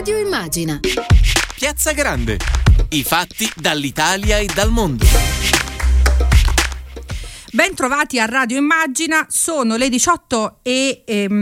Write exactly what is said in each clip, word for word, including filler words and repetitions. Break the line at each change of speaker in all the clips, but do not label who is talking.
Radio Immagina.
Piazza Grande. I fatti dall'Italia e dal mondo.
Ben trovati a Radio Immagina, sono le diciotto e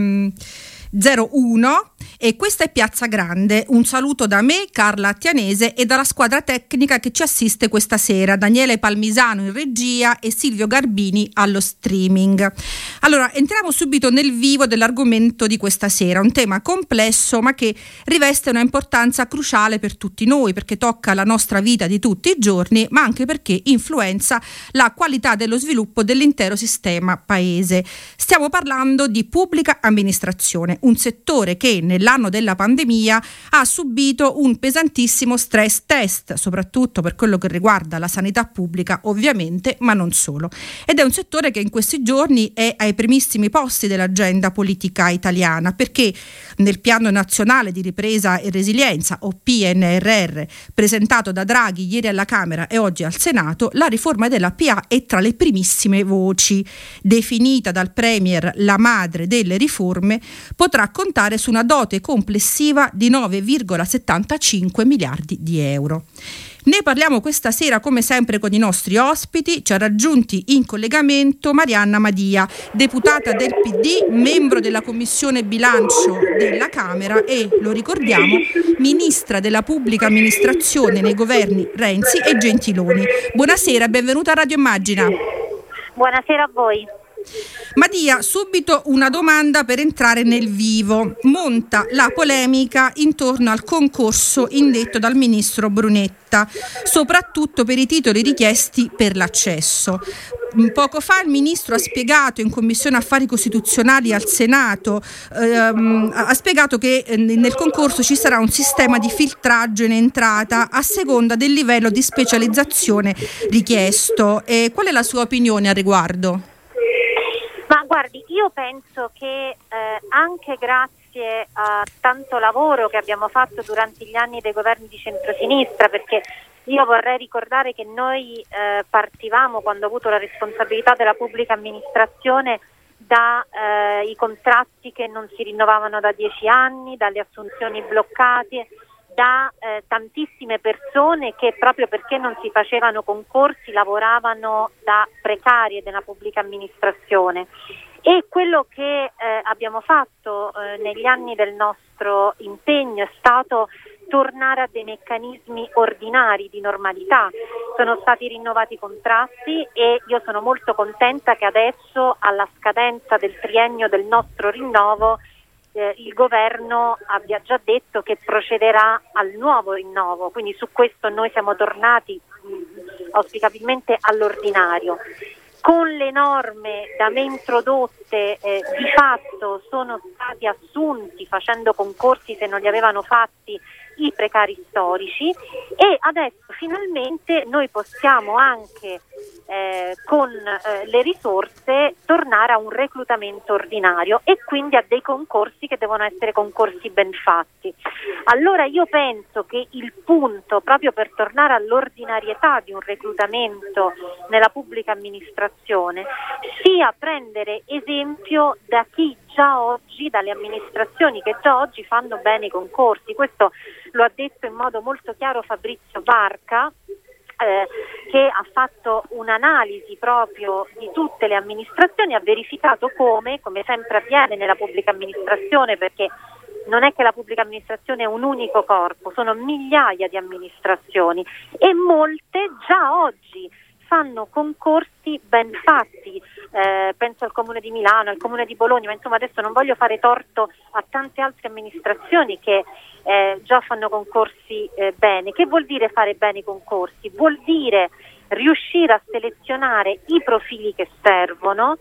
zero uno e questa è Piazza Grande. Un saluto da me, Carla Attianese, e dalla squadra tecnica che ci assiste questa sera, Daniele Palmisano in regia e Silvio Garbini allo streaming. Allora, entriamo subito nel vivo dell'argomento di questa sera, un tema complesso ma che riveste una importanza cruciale per tutti noi, perché tocca la nostra vita di tutti i giorni, ma anche perché influenza la qualità dello sviluppo dell'intero sistema paese. Stiamo parlando di pubblica amministrazione, un settore che nell'anno della pandemia ha subito un pesantissimo stress test, soprattutto per quello che riguarda la sanità pubblica, ovviamente, ma non solo. Ed è un settore che in questi giorni è ai primissimi posti dell'agenda politica italiana, perché nel Piano Nazionale di Ripresa e Resilienza, o P N R R, presentato da Draghi ieri alla Camera e oggi al Senato, la riforma della P A è tra le primissime voci. Definita dal Premier la madre delle riforme, potrà contare su una dote complessiva di nove virgola settantacinque miliardi di euro. Ne parliamo questa sera come sempre con i nostri ospiti. Ci ha raggiunti in collegamento Marianna Madia, deputata del P D, membro della Commissione Bilancio della Camera e, lo ricordiamo, ministra della Pubblica Amministrazione nei governi Renzi e Gentiloni. Buonasera, benvenuta a Radio Immagina.
Buonasera a voi.
Madia, subito una domanda per entrare nel vivo. Monta la polemica intorno al concorso indetto dal ministro Brunetta, soprattutto per i titoli richiesti per l'accesso. Poco fa il ministro ha spiegato in Commissione Affari Costituzionali al Senato, ehm, ha spiegato che nel concorso ci sarà un sistema di filtraggio in entrata a seconda del livello di specializzazione richiesto. E qual è la sua opinione al riguardo?
Ma guardi, io penso che eh, anche grazie a tanto lavoro che abbiamo fatto durante gli anni dei governi di centrosinistra, perché io vorrei ricordare che noi eh, partivamo, quando ho avuto la responsabilità della pubblica amministrazione, da eh, i contratti che non si rinnovavano da dieci anni, dalle assunzioni bloccate, da eh, tantissime persone che proprio perché non si facevano concorsi lavoravano da precarie della pubblica amministrazione. E quello che eh, abbiamo fatto eh, negli anni del nostro impegno è stato tornare a dei meccanismi ordinari di normalità. Sono stati rinnovati i contratti e io sono molto contenta che adesso, alla scadenza del triennio del nostro rinnovo, Eh, il governo abbia già detto che procederà al nuovo rinnovo, quindi su questo noi siamo tornati mh, auspicabilmente all'ordinario. Con le norme da me introdotte eh, di fatto sono stati assunti, facendo concorsi se non li avevano fatti, i precari storici, e adesso finalmente noi possiamo anche eh, con eh, le risorse tornare a un reclutamento ordinario e quindi a dei concorsi che devono essere concorsi ben fatti. Allora io penso che il punto, proprio per tornare all'ordinarietà di un reclutamento nella pubblica amministrazione, sia prendere esempio da chi già oggi, dalle amministrazioni che già oggi fanno bene i concorsi. Questo lo ha detto in modo molto chiaro Fabrizio Barca, eh, che ha fatto un'analisi proprio di tutte le amministrazioni, ha verificato come, come sempre avviene nella pubblica amministrazione, perché non è che la pubblica amministrazione è un unico corpo, sono migliaia di amministrazioni e molte già oggi fanno concorsi ben fatti, eh, penso al Comune di Milano, al Comune di Bologna, ma insomma adesso non voglio fare torto a tante altre amministrazioni che eh, già fanno concorsi eh, bene. Che vuol dire fare bene i concorsi? Vuol dire riuscire a selezionare i profili che servono,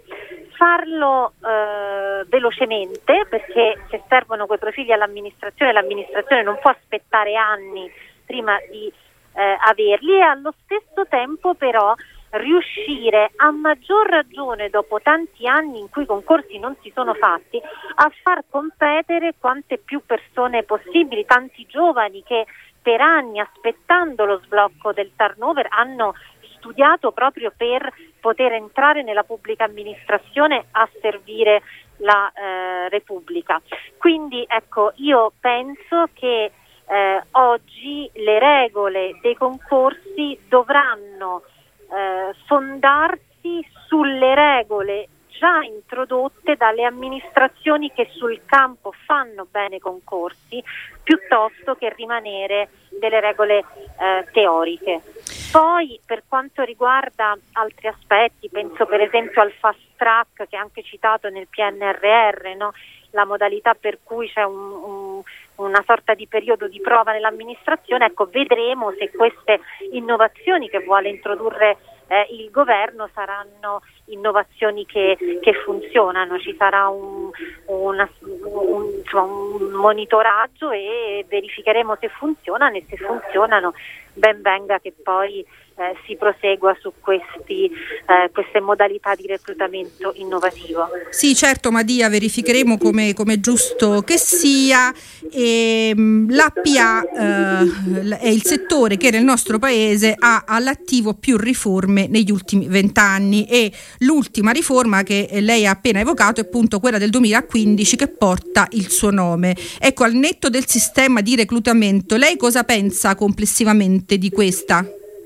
farlo eh, velocemente, perché se servono quei profili all'amministrazione, l'amministrazione non può aspettare anni prima di Eh, averli, e allo stesso tempo però riuscire, a maggior ragione dopo tanti anni in cui i concorsi non si sono fatti, a far competere quante più persone possibili, tanti giovani che per anni, aspettando lo sblocco del turnover, hanno studiato proprio per poter entrare nella pubblica amministrazione a servire la eh, Repubblica. Quindi ecco, io penso che eh, oggi le regole dei concorsi dovranno eh, fondarsi sulle regole già introdotte dalle amministrazioni che sul campo fanno bene i concorsi, piuttosto che rimanere delle regole eh, teoriche. Poi, per quanto riguarda altri aspetti, penso per esempio al fast track che è anche citato nel P N R R, no? La modalità per cui c'è un, un, una sorta di periodo di prova nell'amministrazione. Ecco, vedremo se queste innovazioni che vuole introdurre eh, il governo saranno innovazioni che, che funzionano. Ci sarà un, una, un, insomma, un monitoraggio e verificheremo se funzionano, e se funzionano ben venga che poi eh, si prosegua su questi, eh, queste modalità di reclutamento innovativo.
Sì, certo Madia, verificheremo come è giusto che sia. E, mh, l'A P A eh, è il settore che nel nostro paese ha all'attivo più riforme negli ultimi vent'anni, e l'ultima riforma che lei ha appena evocato è appunto quella del duemilaquindici che porta il suo nome. Ecco, al netto del sistema di reclutamento, lei cosa pensa complessivamente di questa?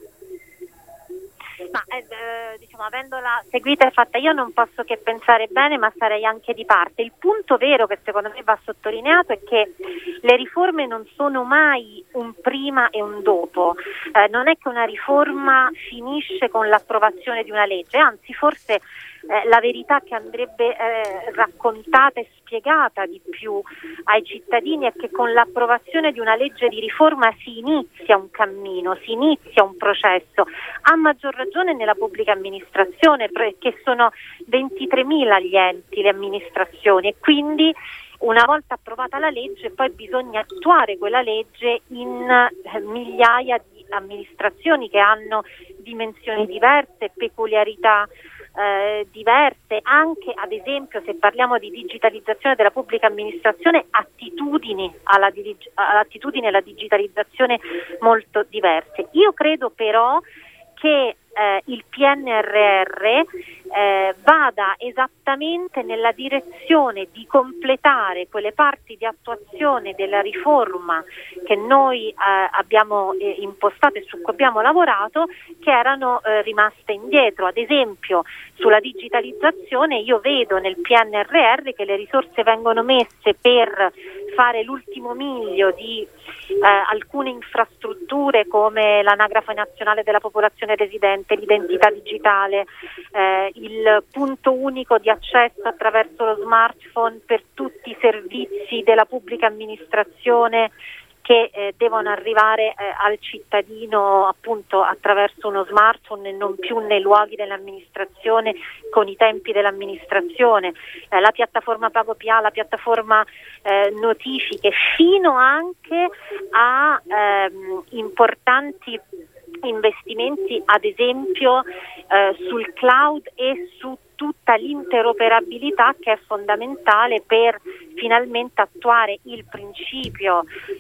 Ma eh, diciamo, avendola seguita e fatta io non posso che pensare bene, ma sarei anche di parte. Il punto vero che secondo me va sottolineato è che le riforme non sono mai un prima e un dopo, eh, non è che una riforma finisce con l'approvazione di una legge, anzi forse eh, la verità che andrebbe eh, raccontata e spiegata di più ai cittadini è che con l'approvazione di una legge di riforma si inizia un cammino, si inizia un processo, a maggior ragione nella pubblica amministrazione, perché sono ventitremila gli enti, le amministrazioni, e quindi una volta approvata la legge poi bisogna attuare quella legge in eh, migliaia di amministrazioni che hanno dimensioni diverse, peculiarità Eh, diverse, anche ad esempio se parliamo di digitalizzazione della pubblica amministrazione, attitudini alla, dirig- attitudini alla digitalizzazione molto diverse. Io credo però che eh, il P N R R eh, vada esattamente nella direzione di completare quelle parti di attuazione della riforma che noi eh, abbiamo eh, impostato e su cui abbiamo lavorato, che erano eh, rimaste indietro. Ad esempio sulla digitalizzazione io vedo nel P N R R che le risorse vengono messe per fare l'ultimo miglio di eh, alcune infrastrutture come l'anagrafe nazionale della popolazione residente, l'identità digitale, eh, il punto unico di accesso attraverso lo smartphone per tutti i servizi della pubblica amministrazione che eh, devono arrivare eh, al cittadino appunto attraverso uno smartphone e non più nei luoghi dell'amministrazione con i tempi dell'amministrazione, eh, la piattaforma Pago P A, la piattaforma eh, notifiche, fino anche a ehm, importanti investimenti ad esempio eh, sul cloud e su tutta l'interoperabilità che è fondamentale per finalmente attuare il principio,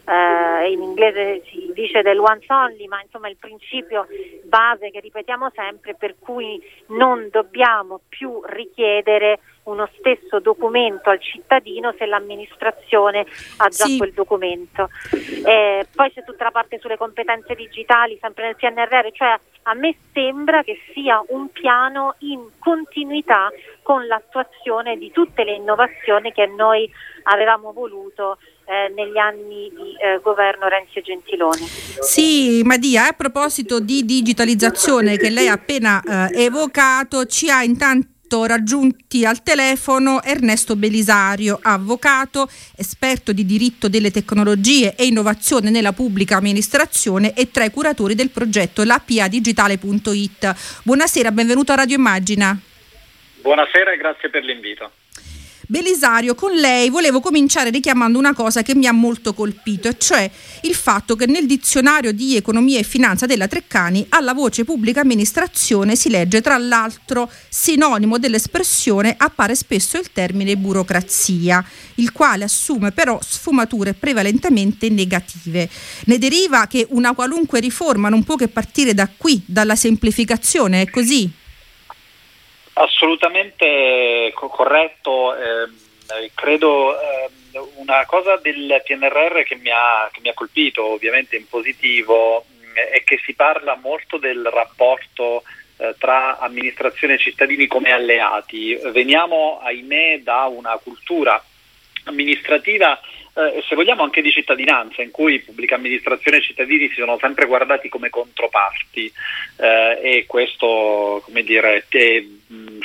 eh, in inglese si dice del once only, ma insomma il principio base che ripetiamo sempre, per cui non dobbiamo più richiedere uno stesso documento al cittadino se l'amministrazione ha già sì. quel documento. Eh, poi c'è tutta la parte sulle competenze digitali, sempre nel P N R R, cioè a me sembra che sia un piano in continuità con l'attuazione di tutte le innovazioni che noi avevamo voluto eh, negli anni di eh, governo Renzi e Gentiloni.
Sì, Madia, a proposito di digitalizzazione che lei ha appena eh, evocato, ci ha intanto raggiunti al telefono Ernesto Belisario, avvocato, esperto di diritto delle tecnologie e innovazione nella pubblica amministrazione e tra i curatori del progetto la p a digitale punto it. Buonasera, benvenuto a Radio Immagina.
Buonasera e grazie per l'invito.
Belisario, con lei volevo cominciare richiamando una cosa che mi ha molto colpito, e cioè il fatto che nel dizionario di economia e finanza della Treccani alla voce pubblica amministrazione si legge tra l'altro sinonimo dell'espressione appare spesso il termine burocrazia, il quale assume però sfumature prevalentemente negative. Ne deriva che una qualunque riforma non può che partire da qui, dalla semplificazione, è così?
Assolutamente co- corretto, eh, credo eh, una cosa del P N R R che mi ha, che mi ha colpito, ovviamente in positivo, è che si parla molto del rapporto eh, tra amministrazione e cittadini come alleati. Veniamo, ahimè, da una cultura amministrativa e eh, se vogliamo anche di cittadinanza, in cui pubblica amministrazione e cittadini si sono sempre guardati come controparti, eh, e questo, come dire, te, mh,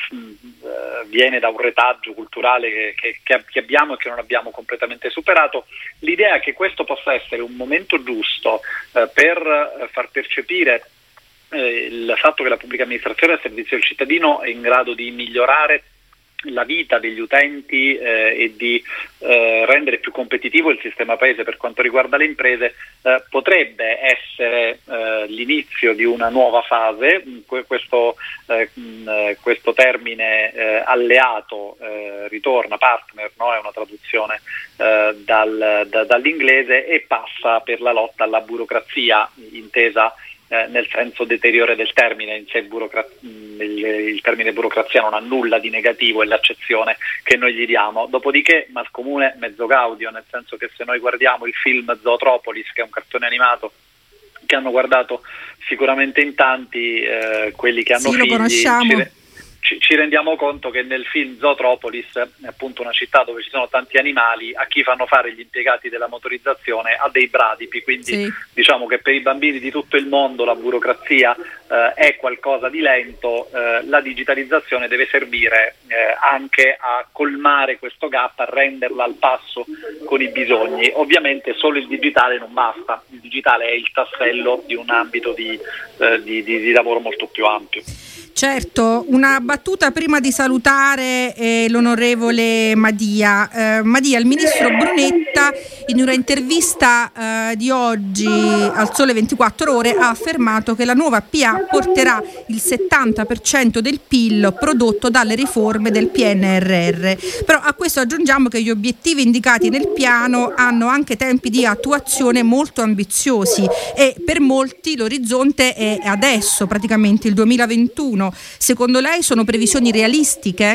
uh, viene da un retaggio culturale che, che, che abbiamo e che non abbiamo completamente superato. L'idea che questo possa essere un momento giusto eh, per far percepire eh, il fatto che la pubblica amministrazione al servizio del cittadino è in grado di migliorare la vita degli utenti eh, e di eh, rendere più competitivo il sistema paese per quanto riguarda le imprese, eh, potrebbe essere eh, l'inizio di una nuova fase. Questo, eh, questo termine eh, alleato eh, ritorna, partner, no? È una traduzione eh, dal, da, dall'inglese, e passa per la lotta alla burocrazia, intesa Eh, nel senso deteriore del termine. In sé burocra- il, il termine burocrazia non ha nulla di negativo, è l'accezione che noi gli diamo. Dopodiché mal comune mezzo gaudio, nel senso che se noi guardiamo il film Zootropolis, che è un cartone animato che hanno guardato sicuramente in tanti, eh, quelli che hanno
sì,
figli,
lo conosciamo.
ci, ci, ci rendiamo conto che nel film Zootropolis, è appunto una città dove ci sono tanti animali, a chi fanno fare gli impiegati della motorizzazione a dei bradipi, quindi sì. Diciamo che per i bambini di tutto il mondo la burocrazia eh, è qualcosa di lento. Eh, la digitalizzazione deve servire eh, anche a colmare questo gap, a renderla al passo con i bisogni. Ovviamente solo il digitale non basta, il digitale è il tassello di un ambito di, eh, di, di, di lavoro molto più ampio.
Certo, una battuta prima di salutare eh, l'onorevole Madia. Eh, Madia, il ministro Brunetta in una intervista eh, di oggi al Sole ventiquattro Ore ha affermato che la nuova P A porterà il settanta per cento del P I L prodotto dalle riforme del P N R R. Però a questo aggiungiamo che gli obiettivi indicati nel piano hanno anche tempi di attuazione molto ambiziosi e per molti l'orizzonte è adesso, praticamente il duemilaventuno. Secondo lei sono previsioni realistiche?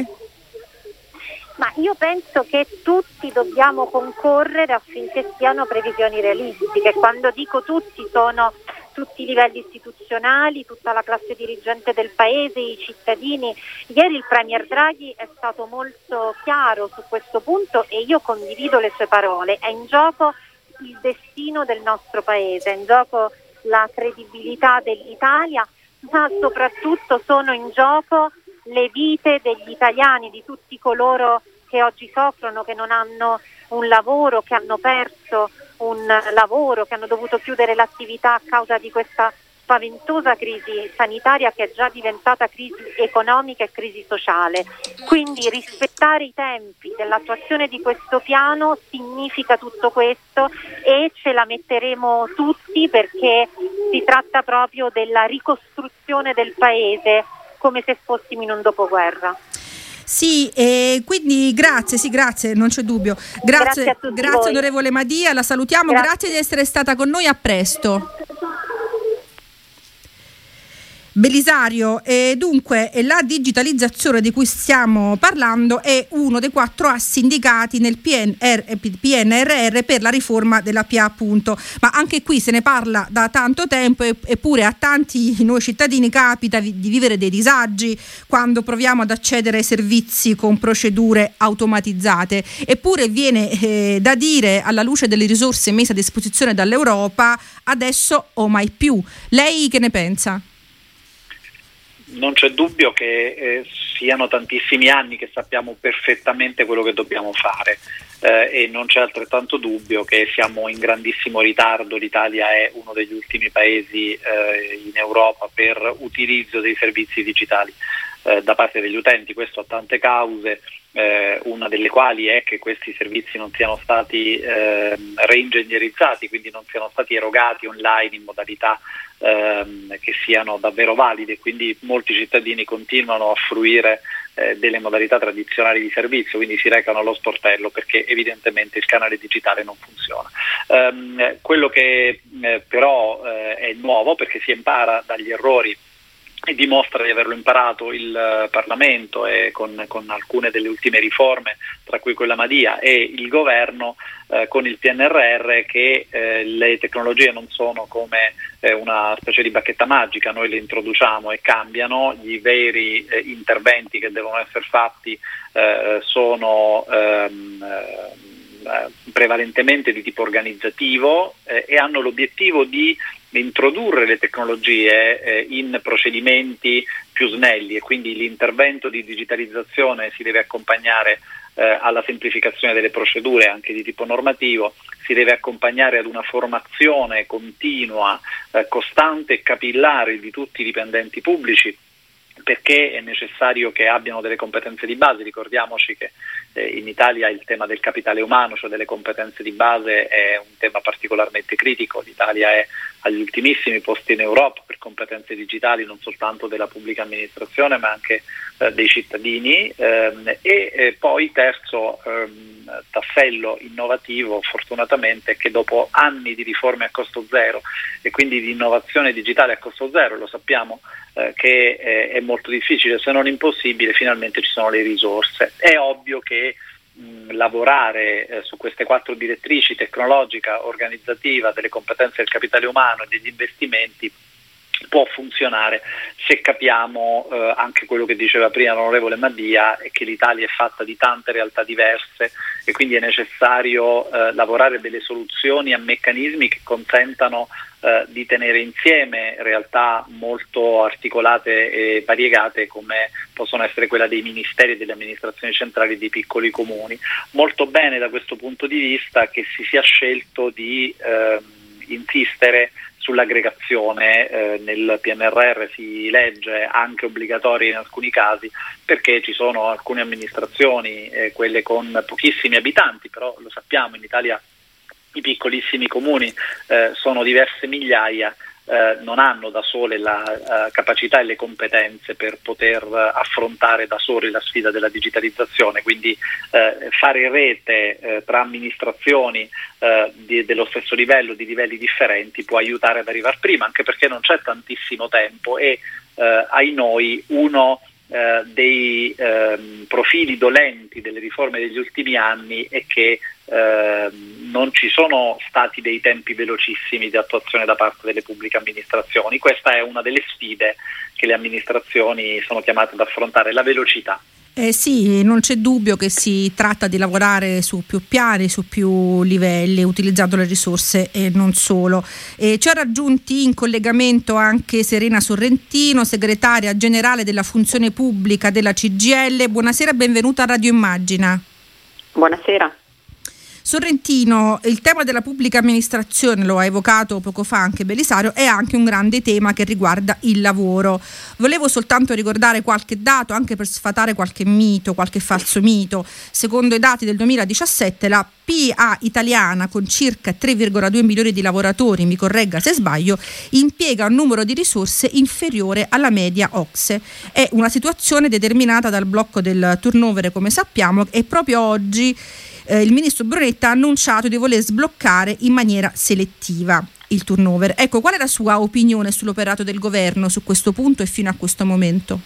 Ma io penso che tutti dobbiamo concorrere affinché siano previsioni realistiche. Quando dico tutti, sono tutti i livelli istituzionali, tutta la classe dirigente del paese, i cittadini. Ieri il Premier Draghi è stato molto chiaro su questo punto e io condivido le sue parole. È in gioco il destino del nostro paese, è in gioco la credibilità dell'Italia, ma soprattutto sono in gioco le vite degli italiani, di tutti coloro che oggi soffrono, che non hanno un lavoro, che hanno perso un lavoro, che hanno dovuto chiudere l'attività a causa di questa spaventosa crisi sanitaria che è già diventata crisi economica e crisi sociale. Quindi rispettare i tempi dell'attuazione di questo piano significa tutto questo e ce la metteremo tutti, perché si tratta proprio della ricostruzione del paese come se fossimo in un dopoguerra.
Sì, e quindi grazie, sì, grazie, non c'è dubbio. Grazie,
grazie a tutti
grazie
voi.
Onorevole Madia, la salutiamo, grazie. grazie di essere stata con noi, a presto. Belisario, e dunque la digitalizzazione di cui stiamo parlando è uno dei quattro assi indicati nel P N R R per la riforma della P A, appunto, ma anche qui se ne parla da tanto tempo, eppure a tanti noi cittadini capita di vivere dei disagi quando proviamo ad accedere ai servizi con procedure automatizzate, eppure viene eh, da dire, alla luce delle risorse messe a disposizione dall'Europa, adesso o mai più. Lei che ne pensa?
Non c'è dubbio che eh, siano tantissimi anni che sappiamo perfettamente quello che dobbiamo fare eh, e non c'è altrettanto dubbio che siamo in grandissimo ritardo. L'Italia è uno degli ultimi paesi eh, in Europa per utilizzo dei servizi digitali eh, da parte degli utenti. Questo ha tante cause, eh, una delle quali è che questi servizi non siano stati eh, reingegnerizzati, quindi non siano stati erogati online in modalità Ehm, che siano davvero valide, quindi molti cittadini continuano a fruire eh, delle modalità tradizionali di servizio, quindi si recano allo sportello perché evidentemente il canale digitale non funziona. Ehm, quello che eh, però eh, è nuovo, perché si impara dagli errori e dimostra di averlo imparato il uh, Parlamento e con, con alcune delle ultime riforme, tra cui quella Madia, e il governo uh, con il P N R R, che uh, le tecnologie non sono come uh, una specie di bacchetta magica, noi le introduciamo e cambiano, gli veri uh, interventi che devono essere fatti uh, sono um, uh, prevalentemente di tipo organizzativo uh, e hanno l'obiettivo di introdurre le tecnologie eh, in procedimenti più snelli, e quindi l'intervento di digitalizzazione si deve accompagnare eh, alla semplificazione delle procedure anche di tipo normativo, si deve accompagnare ad una formazione continua, eh, costante e capillare di tutti i dipendenti pubblici, perché è necessario che abbiano delle competenze di base. Ricordiamoci che eh, in Italia il tema del capitale umano, cioè delle competenze di base, è un tema particolarmente critico. L'Italia è agli ultimissimi posti in Europa per competenze digitali, non soltanto della pubblica amministrazione ma anche eh, dei cittadini, ehm, e eh, poi terzo ehm, tassello innovativo fortunatamente è che dopo anni di riforme a costo zero e quindi di innovazione digitale a costo zero, lo sappiamo eh, che eh, è molto difficile, se non impossibile, finalmente ci sono le risorse. È ovvio che mh, lavorare eh, su queste quattro direttrici: tecnologica, organizzativa, delle competenze del capitale umano e degli investimenti, può funzionare se capiamo eh, anche quello che diceva prima l'onorevole Madia, e che l'Italia è fatta di tante realtà diverse e quindi è necessario eh, lavorare delle soluzioni a meccanismi che consentano eh, di tenere insieme realtà molto articolate e variegate come possono essere quella dei ministeri e delle amministrazioni centrali e dei piccoli comuni. Molto bene da questo punto di vista che si sia scelto di eh, insistere sull'aggregazione, eh, nel P N R R si legge anche obbligatoria in alcuni casi, perché ci sono alcune amministrazioni, eh, quelle con pochissimi abitanti, però lo sappiamo, in Italia i piccolissimi comuni eh, sono diverse migliaia, eh, non hanno da sole la uh, capacità e le competenze per poter uh, affrontare da sole la sfida della digitalizzazione, quindi eh, fare rete eh, tra amministrazioni eh, di, dello stesso livello, di livelli differenti, può aiutare ad arrivare prima, anche perché non c'è tantissimo tempo e eh, ai noi uno eh, dei eh, profili dolenti delle riforme degli ultimi anni è che eh, non ci sono stati dei tempi velocissimi di attuazione da parte delle pubbliche amministrazioni. Questa è una delle sfide che le amministrazioni sono chiamate ad affrontare, la velocità.
Eh sì, non c'è dubbio che si tratta di lavorare su più piani, su più livelli, utilizzando le risorse e non solo. Eh, ci ha raggiunti in collegamento anche Serena Sorrentino, segretaria generale della funzione pubblica della C G I L. Buonasera e benvenuta a Radio Immagina.
Buonasera.
Sorrentino, il tema della pubblica amministrazione, lo ha evocato poco fa anche Belisario, è anche un grande tema che riguarda il lavoro. Volevo soltanto ricordare qualche dato, anche per sfatare qualche mito, qualche falso mito. Secondo i dati del duemiladiciassette, la P A italiana, con circa tre virgola due milioni di lavoratori, mi corregga se sbaglio, impiega un numero di risorse inferiore alla media O C S E. È una situazione determinata dal blocco del turnover, come sappiamo, e proprio oggi Eh, il ministro Brunetta ha annunciato di voler sbloccare in maniera selettiva il turnover. Ecco, qual è la sua opinione sull'operato del governo su questo punto e fino a questo momento?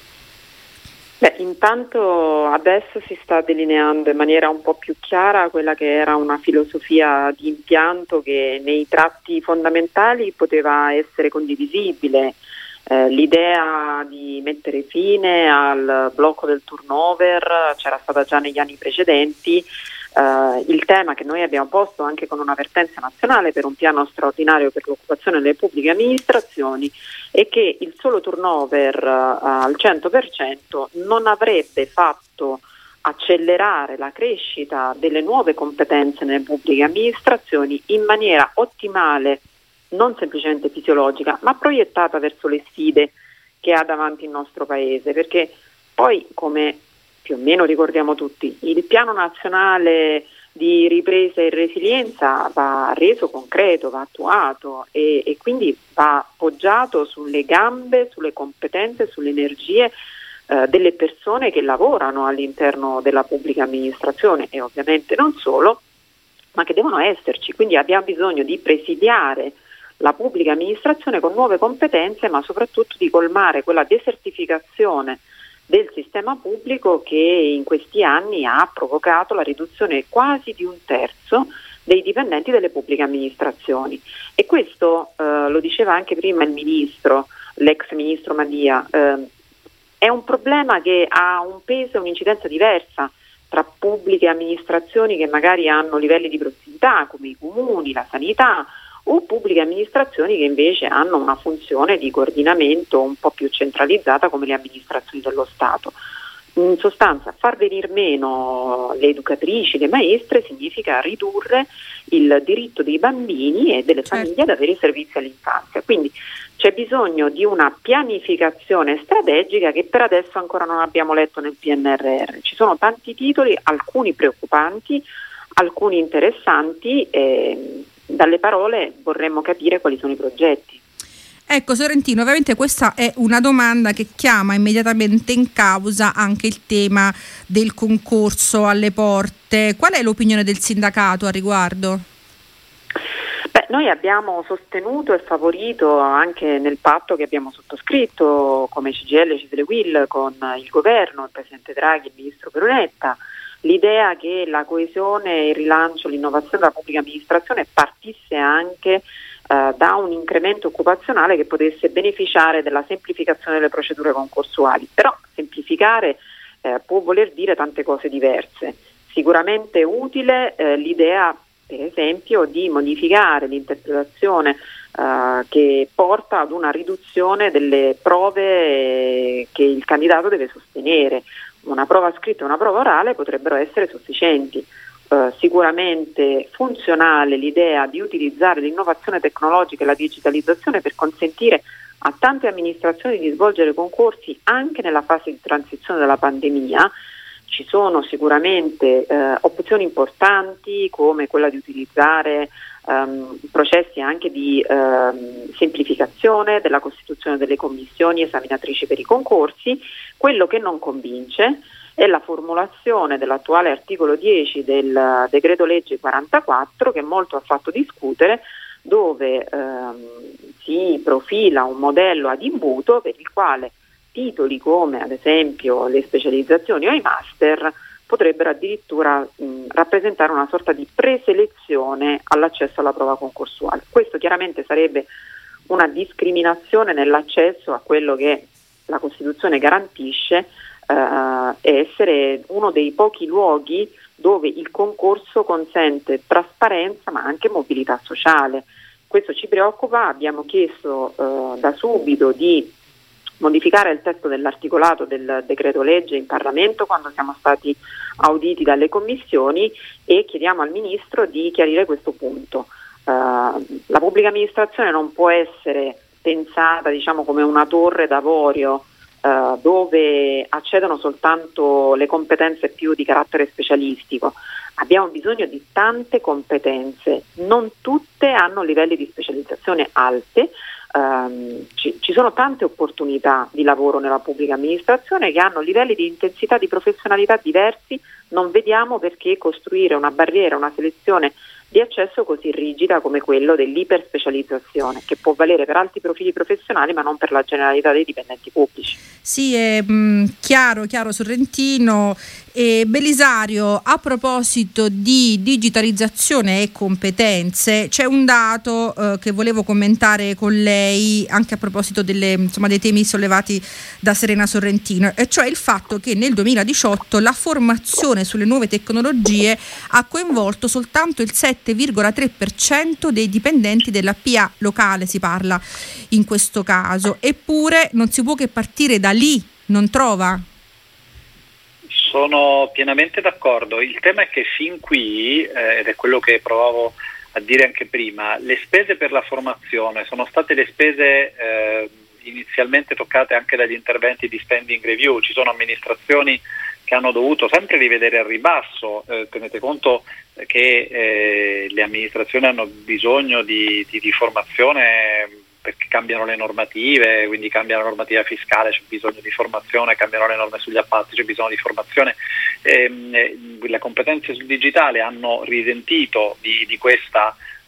Beh, intanto adesso si sta delineando in maniera un po' più chiara quella che era una filosofia di impianto che nei tratti fondamentali poteva essere condivisibile. Eh, l'idea di mettere fine al blocco del turnover c'era stata già negli anni precedenti. Uh, il tema che noi abbiamo posto anche con una vertenza nazionale per un piano straordinario per l'occupazione delle pubbliche amministrazioni è che il solo turnover uh, al cento per cento non avrebbe fatto accelerare la crescita delle nuove competenze nelle pubbliche amministrazioni in maniera ottimale, non semplicemente fisiologica, ma proiettata verso le sfide che ha davanti il nostro Paese, perché poi, come più o meno ricordiamo tutti, il piano nazionale di ripresa e resilienza va reso concreto, va attuato e, e quindi va appoggiato sulle gambe, sulle competenze, sulle energie eh, delle persone che lavorano all'interno della pubblica amministrazione e ovviamente non solo, ma che devono esserci. Quindi abbiamo bisogno di presidiare la pubblica amministrazione con nuove competenze, ma soprattutto di colmare quella desertificazione del sistema pubblico che in questi anni ha provocato la riduzione quasi di un terzo dei dipendenti delle pubbliche amministrazioni. E questo, eh, lo diceva anche prima il ministro, l'ex ministro Madia, eh, è un problema che ha un peso e un'incidenza diversa tra pubbliche amministrazioni che magari hanno livelli di prossimità come i comuni, la sanità, o pubbliche amministrazioni che invece hanno una funzione di coordinamento un po' più centralizzata come le amministrazioni dello Stato. In sostanza, far venir meno le educatrici, le maestre, significa ridurre il diritto dei bambini e delle famiglie certo. ad avere servizi all'infanzia. Quindi c'è bisogno di una pianificazione strategica che per adesso ancora non abbiamo letto nel P N R R. Ci sono tanti titoli, alcuni preoccupanti, alcuni interessanti, e dalle parole vorremmo capire quali sono i progetti.
Ecco Sorrentino, ovviamente questa è una domanda che chiama immediatamente in causa anche il tema del concorso alle porte. Qual è l'opinione del sindacato a riguardo?
Beh, noi abbiamo sostenuto e favorito anche nel patto che abbiamo sottoscritto come C G I L, C I S L e U I L con il governo, il Presidente Draghi e il Ministro Brunetta, l'idea che la coesione, il rilancio, l'innovazione della pubblica amministrazione partisse anche eh, da un incremento occupazionale che potesse beneficiare della semplificazione delle procedure concorsuali. Però semplificare eh, può voler dire tante cose diverse. Sicuramente utile eh, l'idea, per esempio, di modificare l'interpretazione eh, che porta ad una riduzione delle prove eh, che il candidato deve sostenere. Una prova scritta e una prova orale potrebbero essere sufficienti. Uh, sicuramente funzionale l'idea di utilizzare l'innovazione tecnologica e la digitalizzazione per consentire a tante amministrazioni di svolgere concorsi anche nella fase di transizione della pandemia. Ci sono sicuramente uh, opzioni importanti come quella di utilizzare um, processi anche di um, semplificazione della costituzione delle commissioni esaminatrici per i concorsi. Quello che non convince è la formulazione dell'attuale articolo dieci del decreto legge quarantaquattro, che molto ha fatto discutere, dove ehm, si profila un modello ad imbuto per il quale titoli come ad esempio le specializzazioni o i master potrebbero addirittura mh, rappresentare una sorta di preselezione all'accesso alla prova concorsuale. Questo chiaramente sarebbe una discriminazione nell'accesso a quello che la Costituzione garantisce, Uh, essere uno dei pochi luoghi dove il concorso consente trasparenza ma anche mobilità sociale. Questo ci preoccupa, abbiamo chiesto uh, da subito di modificare il testo dell'articolato del decreto legge in Parlamento quando siamo stati auditi dalle commissioni e chiediamo al Ministro di chiarire questo punto. Uh, la pubblica amministrazione non può essere pensata, diciamo, come una torre d'avorio Uh, dove accedono soltanto le competenze più di carattere specialistico. Abbiamo bisogno di tante competenze, non tutte hanno livelli di specializzazione alte. Um, ci, ci sono tante opportunità di lavoro nella pubblica amministrazione che hanno livelli di intensità di professionalità diversi. Non vediamo perché costruire una barriera, una selezione di accesso così rigida come quello dell'iperspecializzazione, che può valere per alti profili professionali ma non per la generalità dei dipendenti pubblici.
Sì, è mh, chiaro, chiaro Sorrentino. E Belisario, a proposito di digitalizzazione e competenze, c'è un dato eh, che volevo commentare con lei anche a proposito delle, insomma, dei temi sollevati da Serena Sorrentino, e cioè il fatto che nel duemiladiciotto la formazione sulle nuove tecnologie ha coinvolto soltanto il sette virgola tre per cento dei dipendenti della P A locale, si parla in questo caso, eppure non si può che partire da lì, non trova?
Sono pienamente d'accordo. Il tema è che fin qui, eh, ed è quello che provavo a dire anche prima, le spese per la formazione sono state le spese eh, inizialmente toccate anche dagli interventi di spending review. Ci sono amministrazioni che hanno dovuto sempre rivedere al ribasso. Eh, tenete conto che eh, le amministrazioni hanno bisogno di, di, di formazione perché cambiano le normative, quindi cambia la normativa fiscale, c'è bisogno di formazione, cambiano le norme sugli appalti, c'è bisogno di formazione. Eh, le competenze sul digitale hanno risentito di, di questa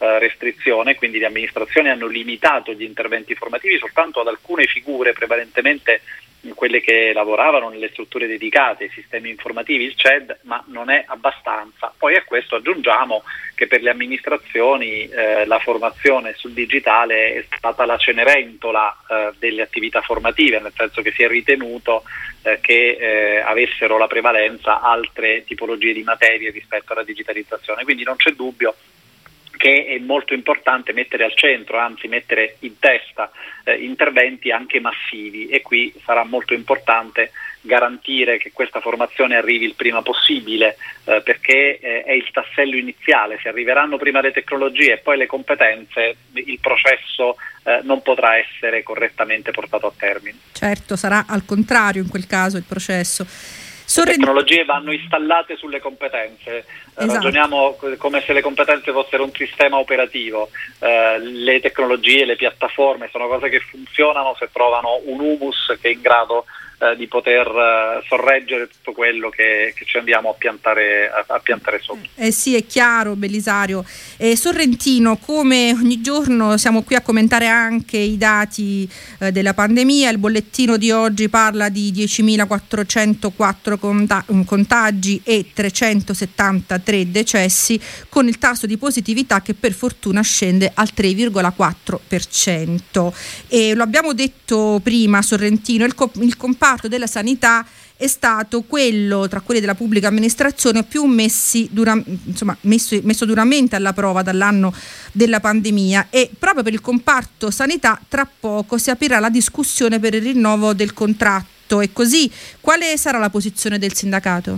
eh, restrizione, quindi le amministrazioni hanno limitato gli interventi formativi soltanto ad alcune figure, prevalentemente quelle che lavoravano nelle strutture dedicate ai sistemi informativi, il C E D, ma non è abbastanza. Poi a questo aggiungiamo che per le amministrazioni eh, la formazione sul digitale è stata la cenerentola eh, delle attività formative, nel senso che si è ritenuto eh, che eh, avessero la prevalenza altre tipologie di materie rispetto alla digitalizzazione. Quindi non c'è dubbio che è molto importante mettere al centro, anzi mettere in testa eh, interventi anche massivi, e qui sarà molto importante garantire che questa formazione arrivi il prima possibile, eh, perché eh, è il tassello iniziale. Se arriveranno prima le tecnologie e poi le competenze, il processo eh, non potrà essere correttamente portato a termine.
Certo, sarà al contrario in quel caso il processo.
Le tecnologie vanno installate sulle competenze, esatto. Ragioniamo come se le competenze fossero un sistema operativo, eh, le tecnologie, le piattaforme sono cose che funzionano se trovano un humus che è in grado eh, di poter eh, sorreggere tutto quello che, che ci andiamo a piantare, a, a piantare sotto.
Eh sì, è chiaro, Belisario. Eh, Sorrentino, come ogni giorno siamo qui a commentare anche i dati eh, della pandemia. Il bollettino di oggi parla di diecimilaquattrocentoquattro conta- contagi e trecentosettantatré decessi, con il tasso di positività che per fortuna scende al tre virgola quattro per cento. E lo abbiamo detto prima, Sorrentino, il, co- il comparto della sanità è stato quello tra quelli della pubblica amministrazione più messi dura, insomma, messo, messo duramente alla prova dall'anno della pandemia, e proprio per il comparto sanità tra poco si aprirà la discussione per il rinnovo del contratto. E così, quale sarà la posizione del sindacato?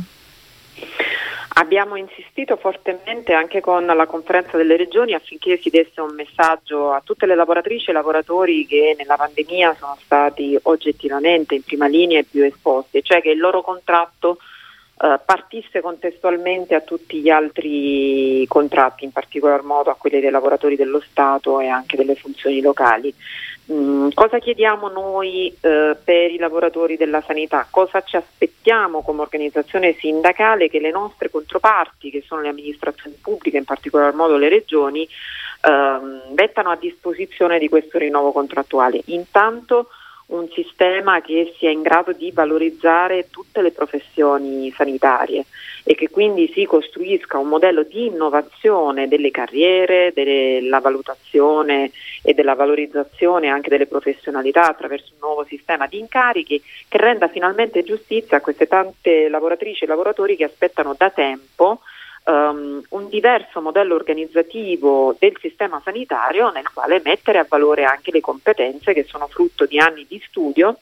Abbiamo insistito fortemente anche con la conferenza delle regioni affinché si desse un messaggio a tutte le lavoratrici e lavoratori che nella pandemia sono stati oggettivamente in prima linea e più esposti, cioè che il loro contratto eh, partisse contestualmente a tutti gli altri contratti, in particolar modo a quelli dei lavoratori dello Stato e anche delle funzioni locali. Mm, cosa chiediamo noi eh, per i lavoratori della sanità? Cosa ci aspettiamo come organizzazione sindacale che le nostre controparti, che sono le amministrazioni pubbliche, in particolar modo le regioni, ehm, mettano a disposizione di questo rinnovo contrattuale? Intanto un sistema che sia in grado di valorizzare tutte le professioni sanitarie e che quindi si costruisca un modello di innovazione delle carriere, della valutazione e della valorizzazione anche delle professionalità attraverso un nuovo sistema di incarichi che renda finalmente giustizia a queste tante lavoratrici e lavoratori che aspettano da tempo Um, un diverso modello organizzativo del sistema sanitario nel quale mettere a valore anche le competenze che sono frutto di anni di studio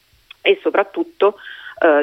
e soprattutto uh,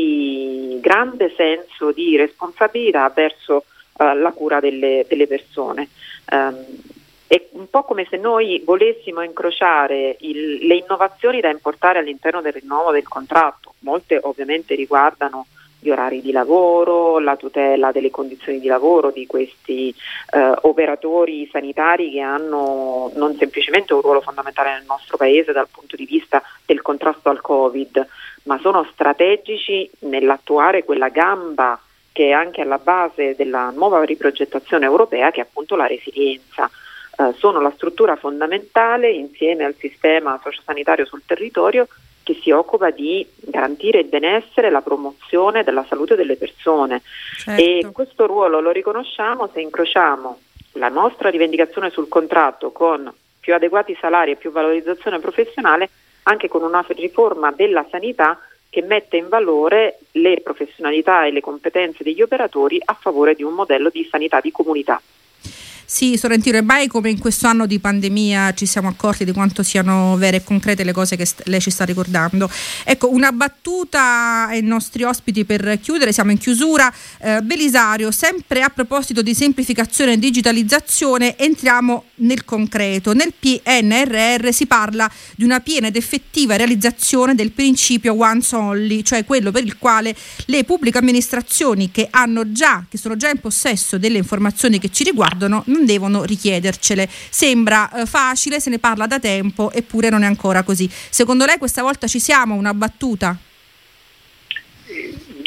di grande senso di responsabilità verso uh, la cura delle, delle persone. Um, è un po' come se noi volessimo incrociare il, le innovazioni da importare all'interno del rinnovo del contratto. Molte ovviamente riguardano gli orari di lavoro, la tutela delle condizioni di lavoro di questi eh, operatori sanitari che hanno non semplicemente un ruolo fondamentale nel nostro paese dal punto di vista del contrasto al Covid, ma sono strategici nell'attuare quella gamba che è anche alla base della nuova riprogettazione europea, che è appunto la resilienza. Eh, sono la struttura fondamentale insieme al sistema sociosanitario sul territorio che si occupa di garantire il benessere e la promozione della salute delle persone. Certo. E questo ruolo lo riconosciamo se incrociamo la nostra rivendicazione sul contratto con più adeguati salari e più valorizzazione professionale anche con una riforma della sanità che mette in valore le professionalità e le competenze degli operatori a favore di un modello di sanità di comunità.
Sì, Sorrentino, e mai come in questo anno di pandemia ci siamo accorti di quanto siano vere e concrete le cose che st- lei ci sta ricordando. Ecco, una battuta ai nostri ospiti per chiudere, siamo in chiusura. Eh, Belisario, sempre a proposito di semplificazione e digitalizzazione, entriamo nel concreto. Nel P N R R si parla di una piena ed effettiva realizzazione del principio once only, cioè quello per il quale le pubbliche amministrazioni che hanno già, che sono già in possesso delle informazioni che ci riguardano, non devono richiedercele. Sembra eh, facile, se ne parla da tempo, eppure non è ancora così. Secondo lei questa volta ci siamo? Una battuta?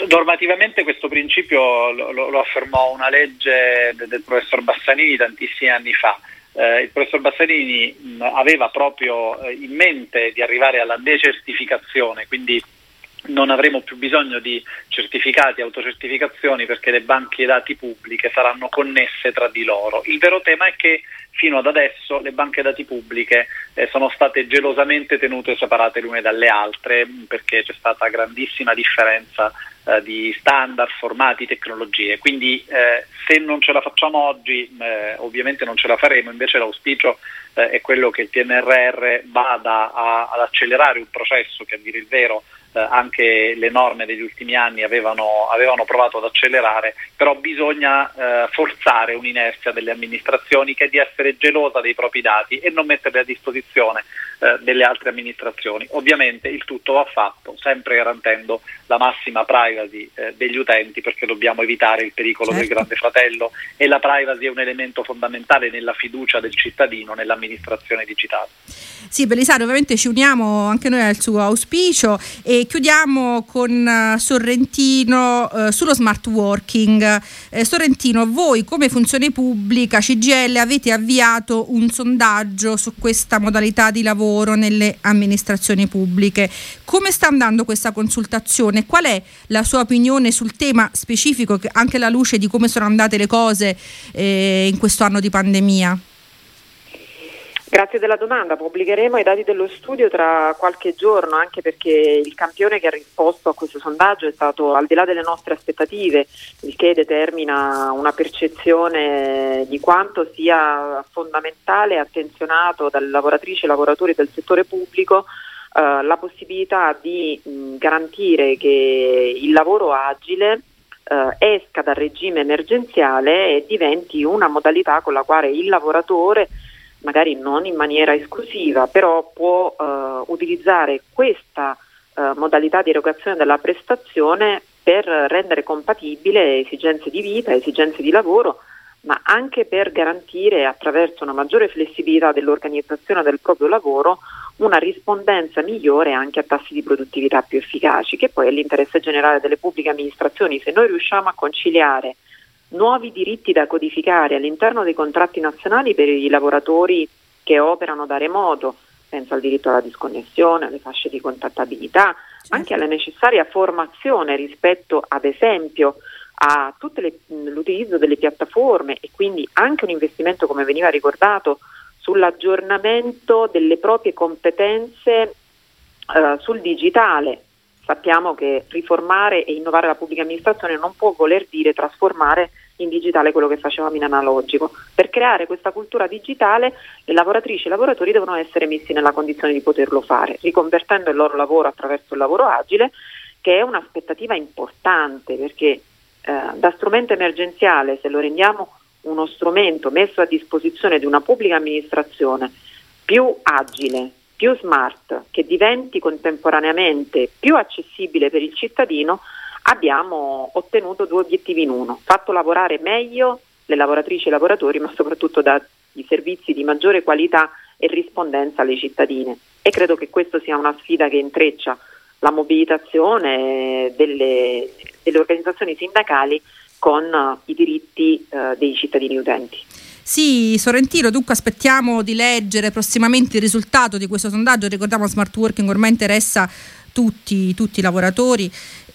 Normativamente questo principio lo, lo, lo affermò una legge del, del professor Bassanini tantissimi anni fa. Eh, il professor Bassanini mh, aveva proprio eh, in mente di arrivare alla decertificazione, quindi non avremo più bisogno di certificati, autocertificazioni, perché le banche dati pubbliche saranno connesse tra di loro. Il vero tema è che fino ad adesso le banche dati pubbliche eh, sono state gelosamente tenute separate le une dalle altre, perché c'è stata grandissima differenza eh, di standard, formati, tecnologie. Quindi eh, se non ce la facciamo oggi, eh, ovviamente non ce la faremo. Invece l'auspicio eh, è quello che il P N R R vada a, ad accelerare un processo che, a dire il vero, Eh, anche le norme degli ultimi anni avevano, avevano provato ad accelerare, però bisogna eh, forzare un'inerzia delle amministrazioni, che è di essere gelosa dei propri dati e non metterli a disposizione eh, delle altre amministrazioni. Ovviamente il tutto va fatto sempre garantendo la massima privacy eh, degli utenti, perché dobbiamo evitare il pericolo certo. del grande fratello, e la privacy è un elemento fondamentale nella fiducia del cittadino nell'amministrazione digitale.
Sì, Belisario, ovviamente ci uniamo anche noi al suo auspicio e chiudiamo con uh, Sorrentino uh, sullo smart working. Eh, Sorrentino, voi come funzione pubblica C G I L avete avviato un sondaggio su questa modalità di lavoro nelle amministrazioni pubbliche. Come sta andando questa consultazione? Qual è la sua opinione sul tema specifico, anche alla luce di come sono andate le cose eh, in questo anno di pandemia?
Grazie della domanda. Pubblicheremo i dati dello studio tra qualche giorno, anche perché il campione che ha risposto a questo sondaggio è stato al di là delle nostre aspettative, il che determina una percezione di quanto sia fondamentale e attenzionato dalle lavoratrici e lavoratori del settore pubblico eh, la possibilità di mh, garantire che il lavoro agile eh, esca dal regime emergenziale e diventi una modalità con la quale il lavoratore, magari non in maniera esclusiva, però può uh, utilizzare questa uh, modalità di erogazione della prestazione per rendere compatibile esigenze di vita, esigenze di lavoro, ma anche per garantire, attraverso una maggiore flessibilità dell'organizzazione del proprio lavoro, una rispondenza migliore anche a tassi di produttività più efficaci, che poi è l'interesse generale delle pubbliche amministrazioni. Se noi riusciamo a conciliare nuovi diritti da codificare all'interno dei contratti nazionali per i lavoratori che operano da remoto, penso al diritto alla disconnessione, alle fasce di contattabilità, certo. anche alla necessaria formazione rispetto, ad esempio, a tutto l'utilizzo delle piattaforme, e quindi anche un investimento, come veniva ricordato, sull'aggiornamento delle proprie competenze eh, sul digitale. Sappiamo che riformare e innovare la pubblica amministrazione non può voler dire trasformare in digitale quello che facevamo in analogico. Per creare questa cultura digitale, le lavoratrici e i lavoratori devono essere messi nella condizione di poterlo fare, riconvertendo il loro lavoro attraverso il lavoro agile, che è un'aspettativa importante, perché eh, da strumento emergenziale, se lo rendiamo uno strumento messo a disposizione di una pubblica amministrazione più agile, più smart, che diventi contemporaneamente più accessibile per il cittadino, abbiamo ottenuto due obiettivi in uno: fatto lavorare meglio le lavoratrici e i lavoratori, ma soprattutto dati servizi di maggiore qualità e rispondenza alle cittadine. E credo che questo sia una sfida che intreccia la mobilitazione delle, delle organizzazioni sindacali con uh, i diritti uh, dei cittadini utenti.
Sì, Sorrentino, dunque aspettiamo di leggere prossimamente il risultato di questo sondaggio. Ricordiamo, smart working ormai interessa tutti, tutti i lavoratori.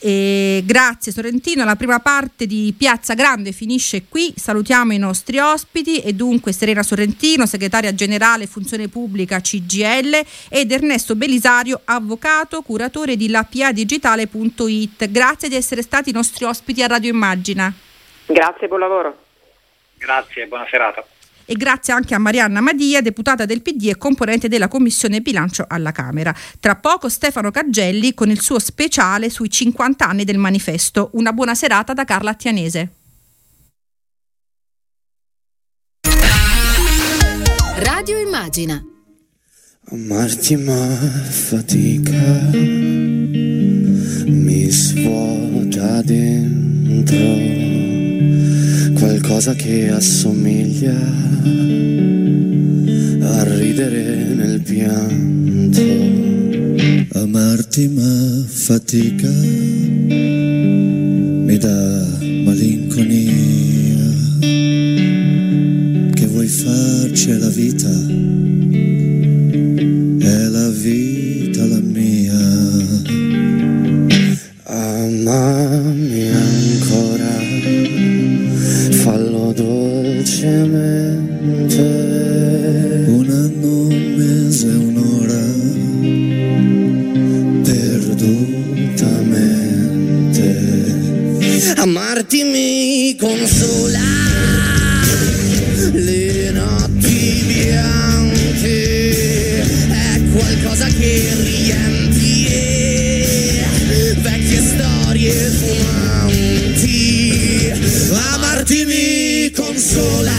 E grazie Sorrentino, la prima parte di Piazza Grande finisce qui. Salutiamo i nostri ospiti, e dunque Serena Sorrentino, segretaria generale Funzione Pubblica C G I L, ed Ernesto Belisario, avvocato, curatore di lapiadigitale punto it. Grazie di essere stati i nostri ospiti a Radio Immagina.
Grazie, buon lavoro.
Grazie, buona serata.
E grazie anche a Marianna Madia, deputata del P D e componente della Commissione Bilancio alla Camera. Tra poco Stefano Caggelli con il suo speciale sui cinquanta anni del manifesto. Una buona serata da Carla Attianese.
Radio Immagina.
Amarti ma fatica, mi svuota dentro qualcosa che assomiglia a ridere nel pianto. Amarti ma fatica, c'è la vita, è la vita la mia. Amami ancora, fallo dolcemente. Un anno, un mese, un'ora, perdutamente. Amarti mi consola, le notti bianche, è qualcosa che riempie vecchie storie fumanti. Amarti mi consola,